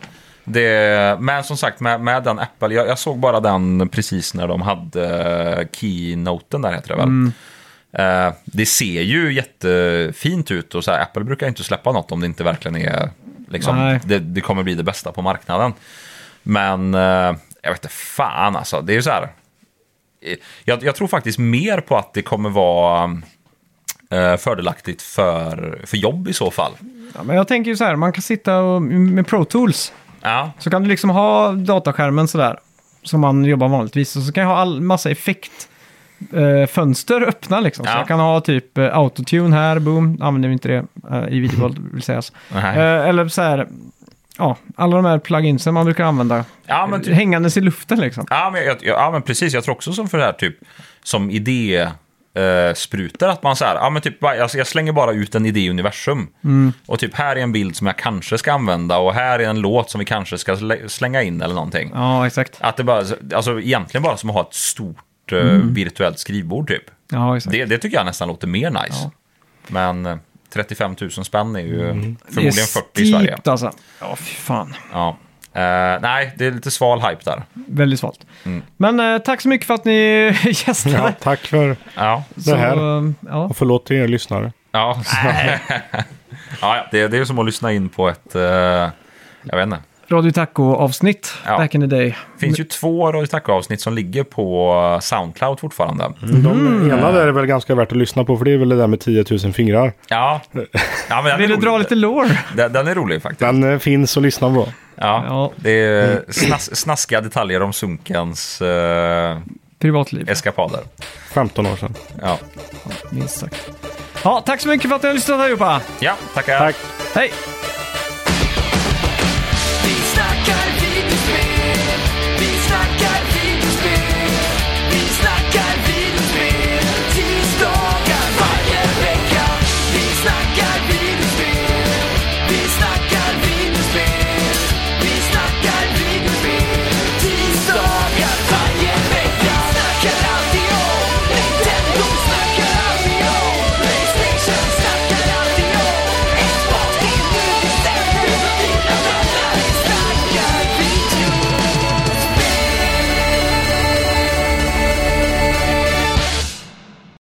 Det, men som sagt, med, med den Apple, jag, jag såg bara den precis när de hade keynoten där, heter det väl. Mm. Uh, det ser ju jättefint ut och så här, Apple brukar inte släppa något om det inte verkligen är liksom, det, det kommer bli det bästa på marknaden. Men uh, jag vet inte, fan alltså, det är ju så här. Jag, jag tror faktiskt mer på att det kommer vara uh, fördelaktigt för, för jobb i så fall. Ja, men jag tänker ju så här, man kan sitta och, med Pro Tools. Ja. Så kan du liksom ha dataskärmen sådär som man jobbar vanligtvis. Och så kan jag ha all massa effekt eh, fönster öppna liksom. Så Ja. jag kan ha typ eh, autotune här, boom. Använder vi inte det eh, i videoboll vill sägas. Eh, eller så här, ja, alla de här pluginsen man brukar använda. Ja, men typ, hängandes i luften liksom. ja, men, jag, ja, men precis. Jag tror också som för det här typ som idé... Uh, sprutar att man så här, ja men typ alltså jag slänger bara ut en idé i universum Mm. och typ här är en bild som jag kanske ska använda och här är en låt som vi kanske ska slänga in eller någonting. Ja, exakt. Att det bara, alltså egentligen bara som att ha ett stort uh, mm. virtuellt skrivbord typ. Ja, exakt. Det, det tycker jag nästan låter mer nice. Ja. Men uh, trettiofem tusen spänn är ju mm. Det förmodligen är fyrtio i Sverige. Alltså. Ja, fy fan. Ja. Uh, nej, det är lite sval hype där. Väldigt svalt. Mm. Men eh, tack så mycket för att ni gästade. Ja, tack för Ja. det här. Så, ja. Och förlåt till er lyssnare. Ja, ja det, det är som att lyssna in på ett, uh, jag vet inte. Radio Taco-avsnitt Ja. back in the day. Det finns ju två Radio Taco-avsnitt som ligger på SoundCloud fortfarande. Mm. De ena där är väl ganska värt att lyssna på, för det är väl det där med tio tusen fingrar. Ja, ja men den Vill är du dra rolig. lite lore? Den, den är rolig faktiskt. Den eh, finns att lyssna på. Ja, Ja. det är snas, snaskiga detaljer om Sunkens uh, Privatliv. eskapader. femton år sedan. Ja, Minst sagt. Ja, tack så mycket för att ni har lyssnat allihopa. ja tackar. Tack. Hej!